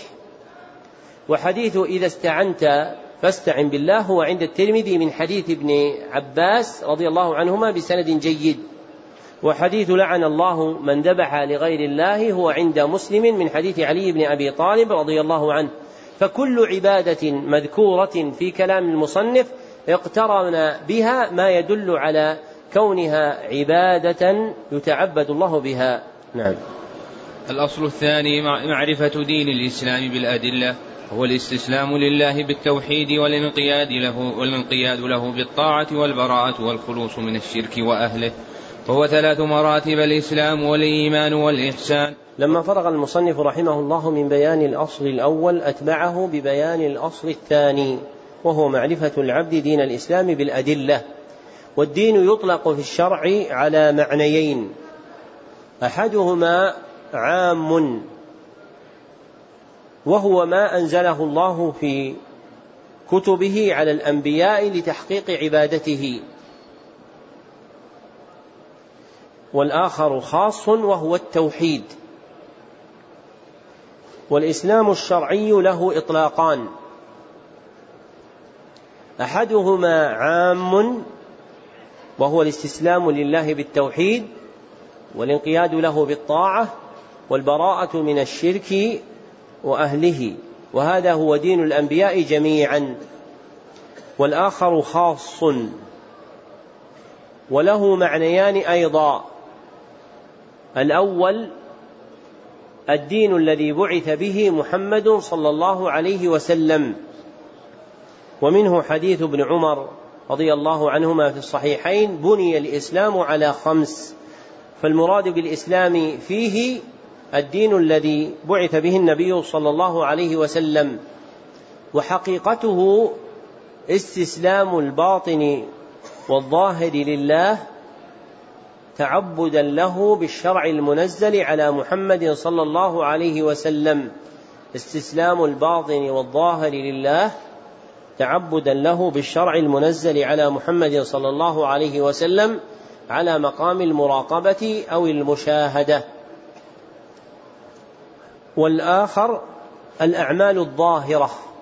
وحديث إذا استعنت فاستعن بالله هو عند الترمذي من حديث ابن عباس رضي الله عنهما بسند جيد. وحديث لعن الله من ذبح لغير الله هو عند مسلم من حديث علي بن أبي طالب رضي الله عنه. فكل عبادة مذكورة في كلام المصنف اقترن بها ما يدل على كونها عبادة يتعبد الله بها. نعم. الأصل الثاني معرفة دين الإسلام بالأدلة، هو الاستسلام لله بالتوحيد والانقياد له بالطاعة والبراءة والخلوص من الشرك وأهله. فهو 3 مراتب: الإسلام والإيمان والإحسان. لما فرغ المصنف رحمه الله من بيان الأصل الأول أتبعه ببيان الأصل الثاني، وهو معرفة العبد دين الإسلام بالأدلة. والدين يطلق في الشرع على معنيين: أحدهما عام وهو ما أنزله الله في كتبه على الأنبياء لتحقيق عبادته، والآخر خاص وهو التوحيد. والإسلام الشرعي له إطلاقان: أحدهما عام وهو الاستسلام لله بالتوحيد والانقياد له بالطاعة والبراءة من الشرك وأهله، وهذا هو دين الأنبياء جميعا. والآخر خاص وله معنيان أيضا: الأول الدين الذي بعث به محمد صلى الله عليه وسلم، ومنه حديث ابن عمر رضي الله عنهما في الصحيحين: بني الإسلام على 5، فالمراد بالإسلام فيه الدين الذي بعث به النبي صلى الله عليه وسلم، وحقيقته استسلام الباطن والظاهر لله تعبدا له بالشرع المنزل على محمد صلى الله عليه وسلم. استسلام الباطن والظاهر لله تعبدا له بالشرع المنزل على محمد صلى الله عليه وسلم على مقام المراقبة أو المشاهدة. والآخر الأعمال الظاهرة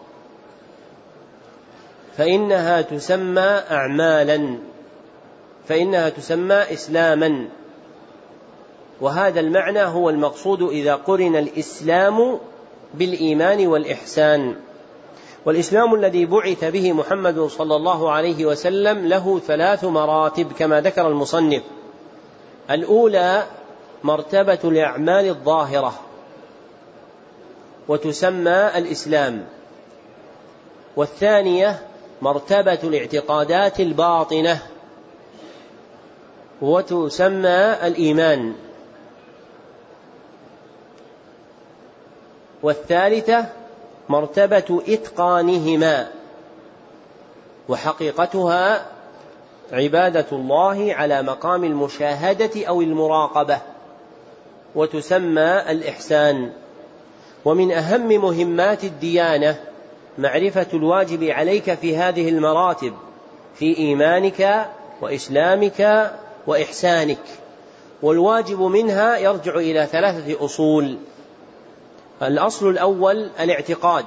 فإنها تسمى أعمالا، فإنها تسمى إسلاما. وهذا المعنى هو المقصود إذا قرن الإسلام بالإيمان والإحسان. والإسلام الذي بعث به محمد صلى الله عليه وسلم له 3 مراتب كما ذكر المصنف. الأولى مرتبة الأعمال الظاهرة وتسمى الإسلام، والثانية مرتبة الاعتقادات الباطنة وتسمى الإيمان، والثالثة مرتبة إتقانهما وحقيقتها عبادة الله على مقام المشاهدة أو المراقبة وتسمى الإحسان. ومن أهم مهمات الديانة معرفة الواجب عليك في هذه المراتب في إيمانك وإسلامك وإحسانك. والواجب منها يرجع إلى 3 أصول. الأصل الأول الاعتقاد،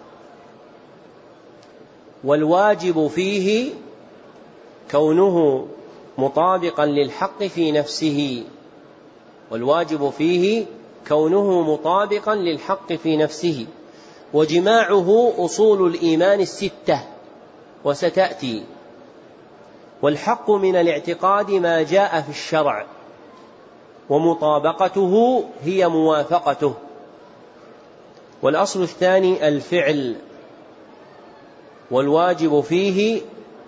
والواجب فيه كونه مطابقا للحق في نفسه، والواجب فيه كونه مطابقا للحق في نفسه، وجماعه أصول الإيمان 6 وستأتي. والحق من الاعتقاد ما جاء في الشرع، ومطابقته هي موافقته. والأصل الثاني الفعل، والواجب فيه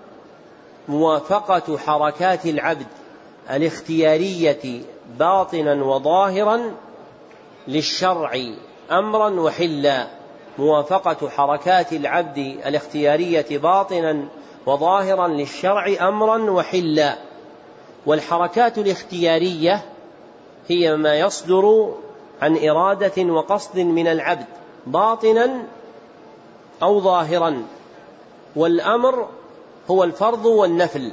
موافقة حركات العبد الاختيارية باطنا وظاهرا للشرع أمرا وحلا، موافقة حركات العبد الاختيارية باطنا وظاهرا للشرع أمرا وحلا. والحركات الاختيارية هي ما يصدر عن إرادة وقصد من العبد باطنا أو ظاهرا، والأمر هو الفرض والنفل،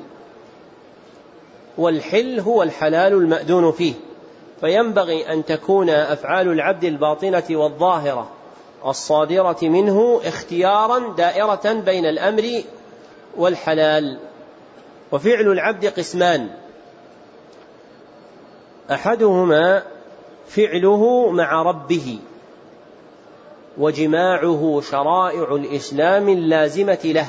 والحل هو الحلال المأذون فيه. فينبغي أن تكون أفعال العبد الباطنة والظاهرة الصادرة منه اختيارا دائرة بين الأمر والحلال. وفعل العبد قسمان: أحدهما فعله مع ربه، وجماعه شرائع الإسلام اللازمة له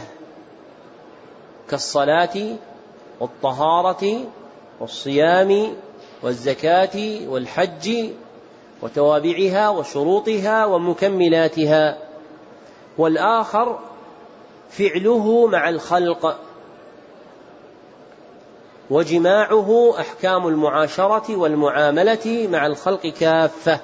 كالصلاة والطهارة والصيام والزكاة والحج وتوابعها وشروطها ومكملاتها. والآخر فعله مع الخلق، وجماعه أحكام المعاشرة والمعاملة مع الخلق كافة.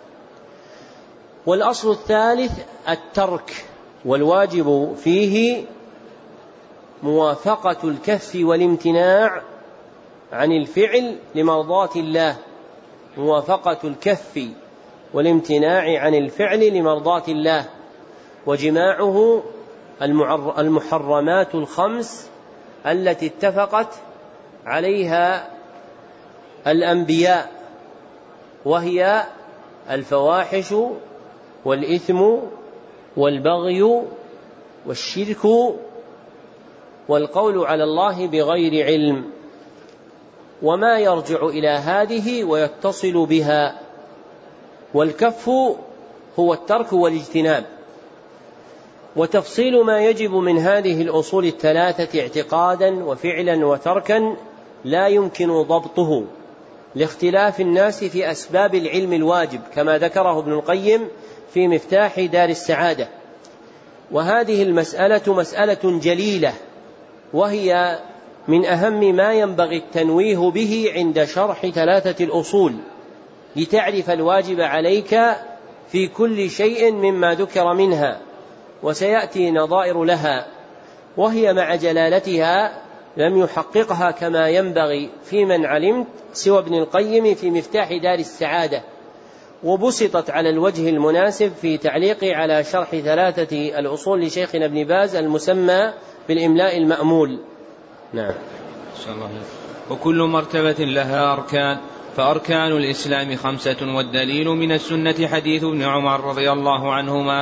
والأصل الثالث الترك، والواجب فيه موافقة الكف والامتناع عن الفعل لمرضاة الله، موافقة الكف والامتناع عن الفعل لمرضاة الله. وجماعه المحرمات 5 التي اتفقت عليها الأنبياء، وهي الفواحش والإثم والبغي والشرك والقول على الله بغير علم، وما يرجع إلى هذه ويتصل بها. والكف هو الترك والاجتناب. وتفصيل ما يجب من هذه الأصول 3 اعتقادا وفعلا وتركا لا يمكن ضبطه لاختلاف الناس في أسباب العلم الواجب كما ذكره ابن القيم في مفتاح دار السعادة. وهذه المسألة مسألة جليلة، وهي من أهم ما ينبغي التنويه به عند شرح 3 الأصول، لتعرف الواجب عليك في كل شيء مما ذكر منها، وسيأتي نظائر لها، وهي مع جلالتها لم يحققها كما ينبغي في من علمت سوى ابن القيم في مفتاح دار السعادة، وبسطت على الوجه المناسب في تعليق على شرح 3 الأصول لشيخنا ابن باز المسمى بالإملاء المأمول. نعم. وكل مرتبة لها أركان، فأركان الإسلام 5، والدليل من السنة حديث ابن عمر رضي الله عنهما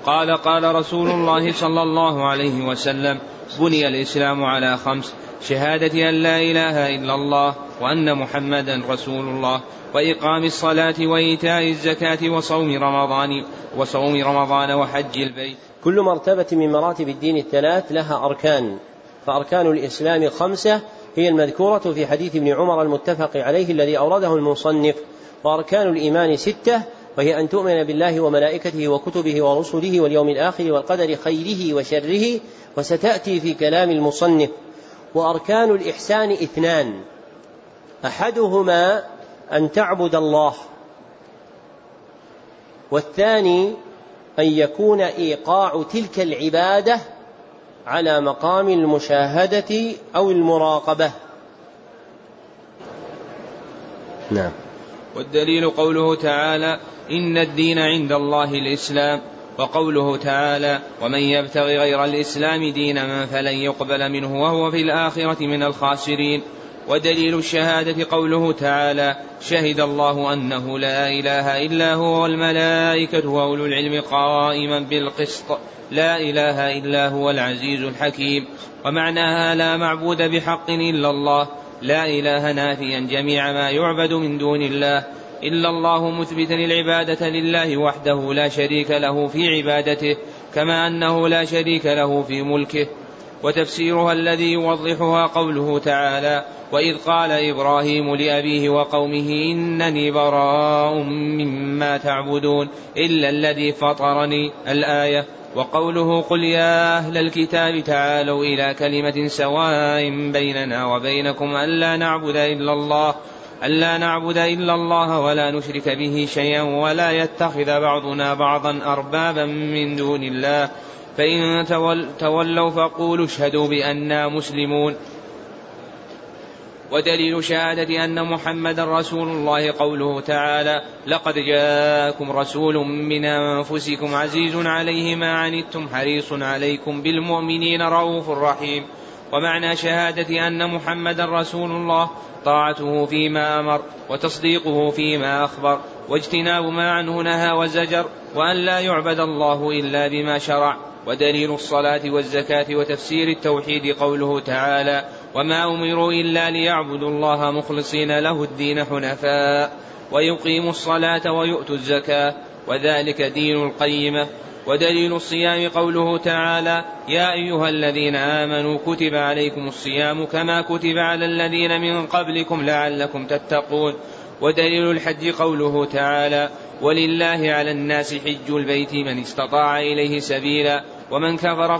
قال قال رسول الله صلى الله عليه وسلم: بني الإسلام على 5: شهادة أن لا إله إلا الله وأن محمدا رسول الله، وإقام الصلاة وإيتاء الزكاة وصوم رمضان وحج البيت. كل مرتبة من مراتب الدين الثلاث لها أركان، فأركان الإسلام 5 هي المذكورة في حديث ابن عمر المتفق عليه الذي أورده المصنف. وأركان الإيمان 6 وهي أن تؤمن بالله وملائكته وكتبه ورسله واليوم الآخر والقدر خيره وشره، وستأتي في كلام المصنف. وأركان الإحسان 2: أحدهما أن تعبد الله، والثاني أن يكون إيقاع تلك العبادة على مقام المشاهدة أو المراقبة. نعم. والدليل قوله تعالى: إن الدين عند الله الإسلام، وقوله تعالى: ومن يبتغي غير الإسلام دينا فلن يقبل منه وهو في الآخرة من الخاسرين. ودليل الشهادة قوله تعالى: شهد الله أنه لا إله إلا هو والملائكة وأولو العلم قائما بالقسط لا إله إلا هو العزيز الحكيم. ومعناها لا معبود بحق إلا الله، لا إله نافيا جميع ما يعبد من دون الله إلا الله، مثبتا العبادة لله وحده لا شريك له في عبادته، كما أنه لا شريك له في ملكه. وتفسيرها الذي يوضحها قوله تعالى: وإذ قال إبراهيم لأبيه وقومه إنني براء مما تعبدون إلا الذي فطرني، الآية. وقوله: قل يا أهل الكتاب تعالوا إلى كلمة سواء بيننا وبينكم ألا نعبد إلا الله ولا نشرك به شيئا ولا يتخذ بعضنا بعضا أربابا من دون الله، فإن تولوا فقولوا اشهدوا بأننا مسلمون. ودليل شهادة أن محمدا رسول الله قوله تعالى: لقد جاءكم رسول من أنفسكم عزيز عليه ما عنتم حريص عليكم بالمؤمنين رؤوف رحيم. ومعنى شهادة أن محمدا رسول الله طاعته فيما أمر، وتصديقه فيما أخبر، واجتناب ما عنه نهى وزجر، وأن لا يعبد الله إلا بما شرع. ودليل الصلاة والزكاة وتفسير التوحيد قوله تعالى: وما أمروا إلا ليعبدوا الله مخلصين له الدين حنفاء ويقيموا الصلاة ويؤتوا الزكاة وذلك دين القيمة. ودليل الصيام قوله تعالى: يا أيها الذين آمنوا كتب عليكم الصيام كما كتب على الذين من قبلكم لعلكم تتقون. ودليل الحج قوله تعالى: ولله على الناس حج البيت من استطاع إليه سبيلا ومن كفر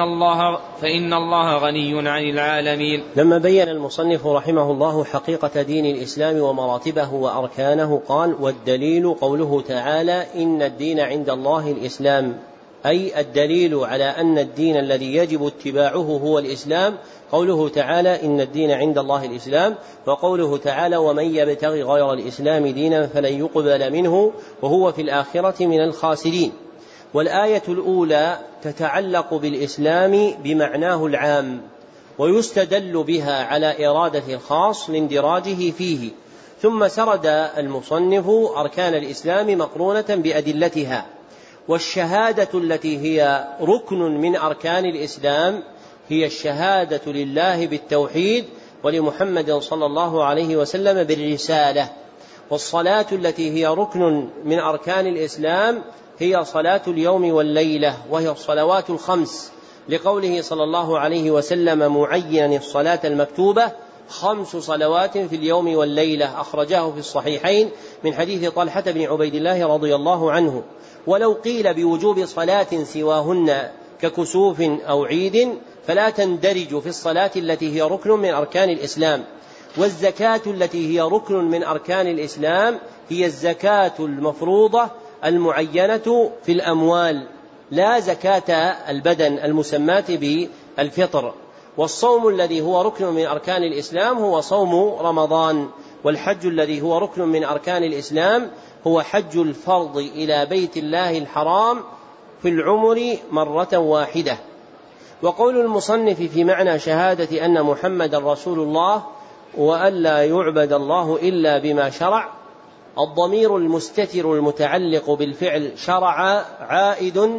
فإن الله غني عن العالمين. لما بين المصنف رحمه الله حقيقة دين الإسلام ومراتبه وأركانه قال: والدليل قوله تعالى: إن الدين عند الله الإسلام، أي الدليل على أن الدين الذي يجب اتباعه هو الإسلام. قوله تعالى: إن الدين عند الله الإسلام، وقوله تعالى: ومن يبتغي غير الإسلام دينا فلن يقبل منه وهو في الآخرة من الخاسرين. والآية الأولى تتعلق بالإسلام بمعناه العام، ويستدل بها على إرادة الخاص لاندراجه فيه. ثم سرد المصنف أركان الإسلام مقرونة بأدلتها. والشهادة التي هي ركن من أركان الإسلام هي الشهادة لله بالتوحيد ولمحمد صلى الله عليه وسلم بالرسالة. والصلاة التي هي ركن من أركان الإسلام هي صلاة اليوم والليلة، وهي الصلوات الخمس، لقوله صلى الله عليه وسلم معينا الصلاة المكتوبة: 5 صلوات في اليوم والليلة، أخرجاه في الصحيحين من حديث طلحة بن عبيد الله رضي الله عنه. ولو قيل بوجوب صلاة سواهن ككسوف أو عيد فلا تندرج في الصلاة التي هي ركن من أركان الإسلام. والزكاة التي هي ركن من أركان الإسلام هي الزكاة المفروضة المعينة في الأموال، لا زكاة البدن المسماة بالفطر. والصوم الذي هو ركن من أركان الإسلام هو صوم رمضان. والحج الذي هو ركن من أركان الإسلام هو حج الفرض إلى بيت الله الحرام في العمر مرة واحدة. وقول المصنف في معنى شهادة أن محمد رسول الله وألا يعبد الله إلا بما شرع، الضمير المستتر المتعلق بالفعل شرع عائد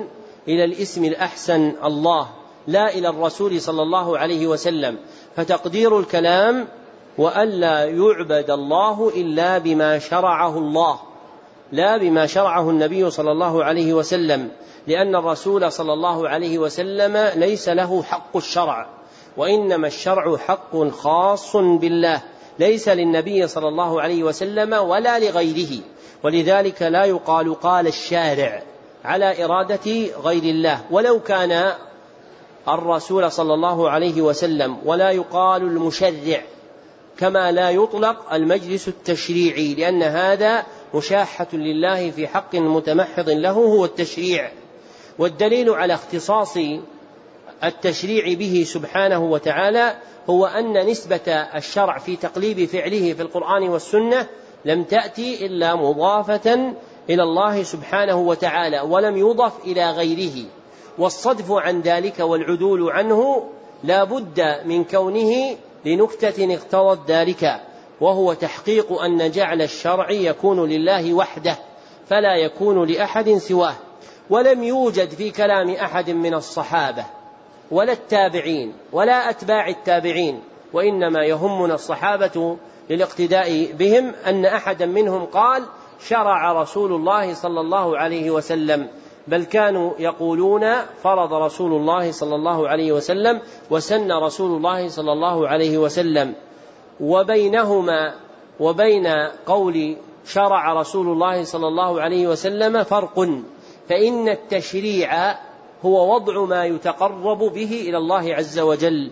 إلى الاسم الأحسن الله لا إلى الرسول صلى الله عليه وسلم، فتقدير الكلام وألا يعبد الله إلا بما شرعه الله لا بما شرعه النبي صلى الله عليه وسلم، لأن الرسول صلى الله عليه وسلم ليس له حق الشرع، وإنما الشرع حق خاص بالله ليس للنبي صلى الله عليه وسلم ولا لغيره، ولذلك لا يقال قال الشارع على إرادة غير الله ولو كان الرسول صلى الله عليه وسلم، ولا يقال المشرع، كما لا يطلق المجلس التشريعي، لأن هذا مشاحة لله في حق متمحض له هو التشريع. والدليل على اختصاص التشريع به سبحانه وتعالى هو أن نسبة الشرع في تقليب فعله في القرآن والسنة لم تأتي إلا مضافة إلى الله سبحانه وتعالى ولم يضف إلى غيره، والصدف عن ذلك والعدول عنه لا بد من كونه لنكتة اقتضت ذلك، وهو تحقيق أن جعل الشرع يكون لله وحده فلا يكون لأحد سواه. ولم يوجد في كلام أحد من الصحابة ولا التابعين ولا أتباع التابعين، وإنما يهمنا الصحابة للاقتداء بهم أن أحدا منهم قال شرع رسول الله صلى الله عليه وسلم، بل كانوا يقولون فرض رسول الله صلى الله عليه وسلم وسن رسول الله صلى الله عليه وسلم. وبينهما وبين قول شرع رسول الله صلى الله عليه وسلم فرق، فإن التشريع هو وضع ما يتقرب به إلى الله عز وجل،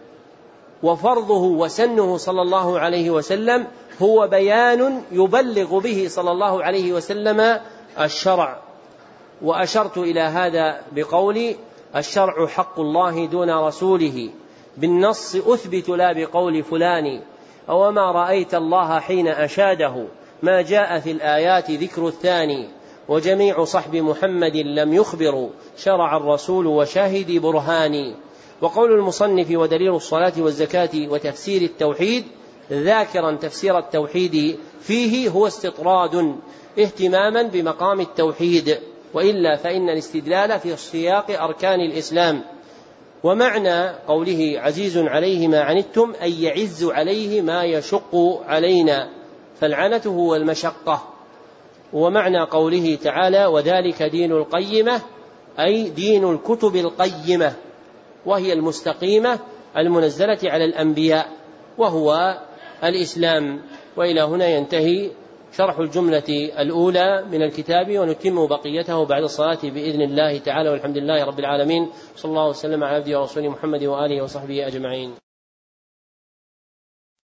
وفرضه وسنه صلى الله عليه وسلم هو بيان يبلغ به صلى الله عليه وسلم الشرع. وأشرت إلى هذا بقولي الشرع حق الله دون رسوله، بالنص أثبت لا بقول فلان، أوما رأيت الله حين أشاده ما جاء في الآيات ذكر الثاني، وجميع صحب محمد لم يخبروا شرع الرسول وشاهد برهاني. وقول المصنف ودليل الصلاة والزكاة وتفسير التوحيد ذاكرا تفسير التوحيد فيه هو استطراد اهتماما بمقام التوحيد، وإلا فإن الاستدلال في سياق أركان الإسلام. ومعنى قوله عزيز عليه ما عنتم أي يعز عليه ما يشق علينا، فالعنة هو المشقة. ومعنى قوله تعالى وذلك دين القيمة أي دين الكتب القيمة، وهي المستقيمة المنزلة على الأنبياء، وهو الإسلام. وإلى هنا ينتهي شرح الجملة الأولى من الكتاب، ونتم بقيته بعد الصلاة بإذن الله تعالى، والحمد لله رب العالمين، صلى الله وسلم على عبده ورسوله محمد وآله وصحبه أجمعين.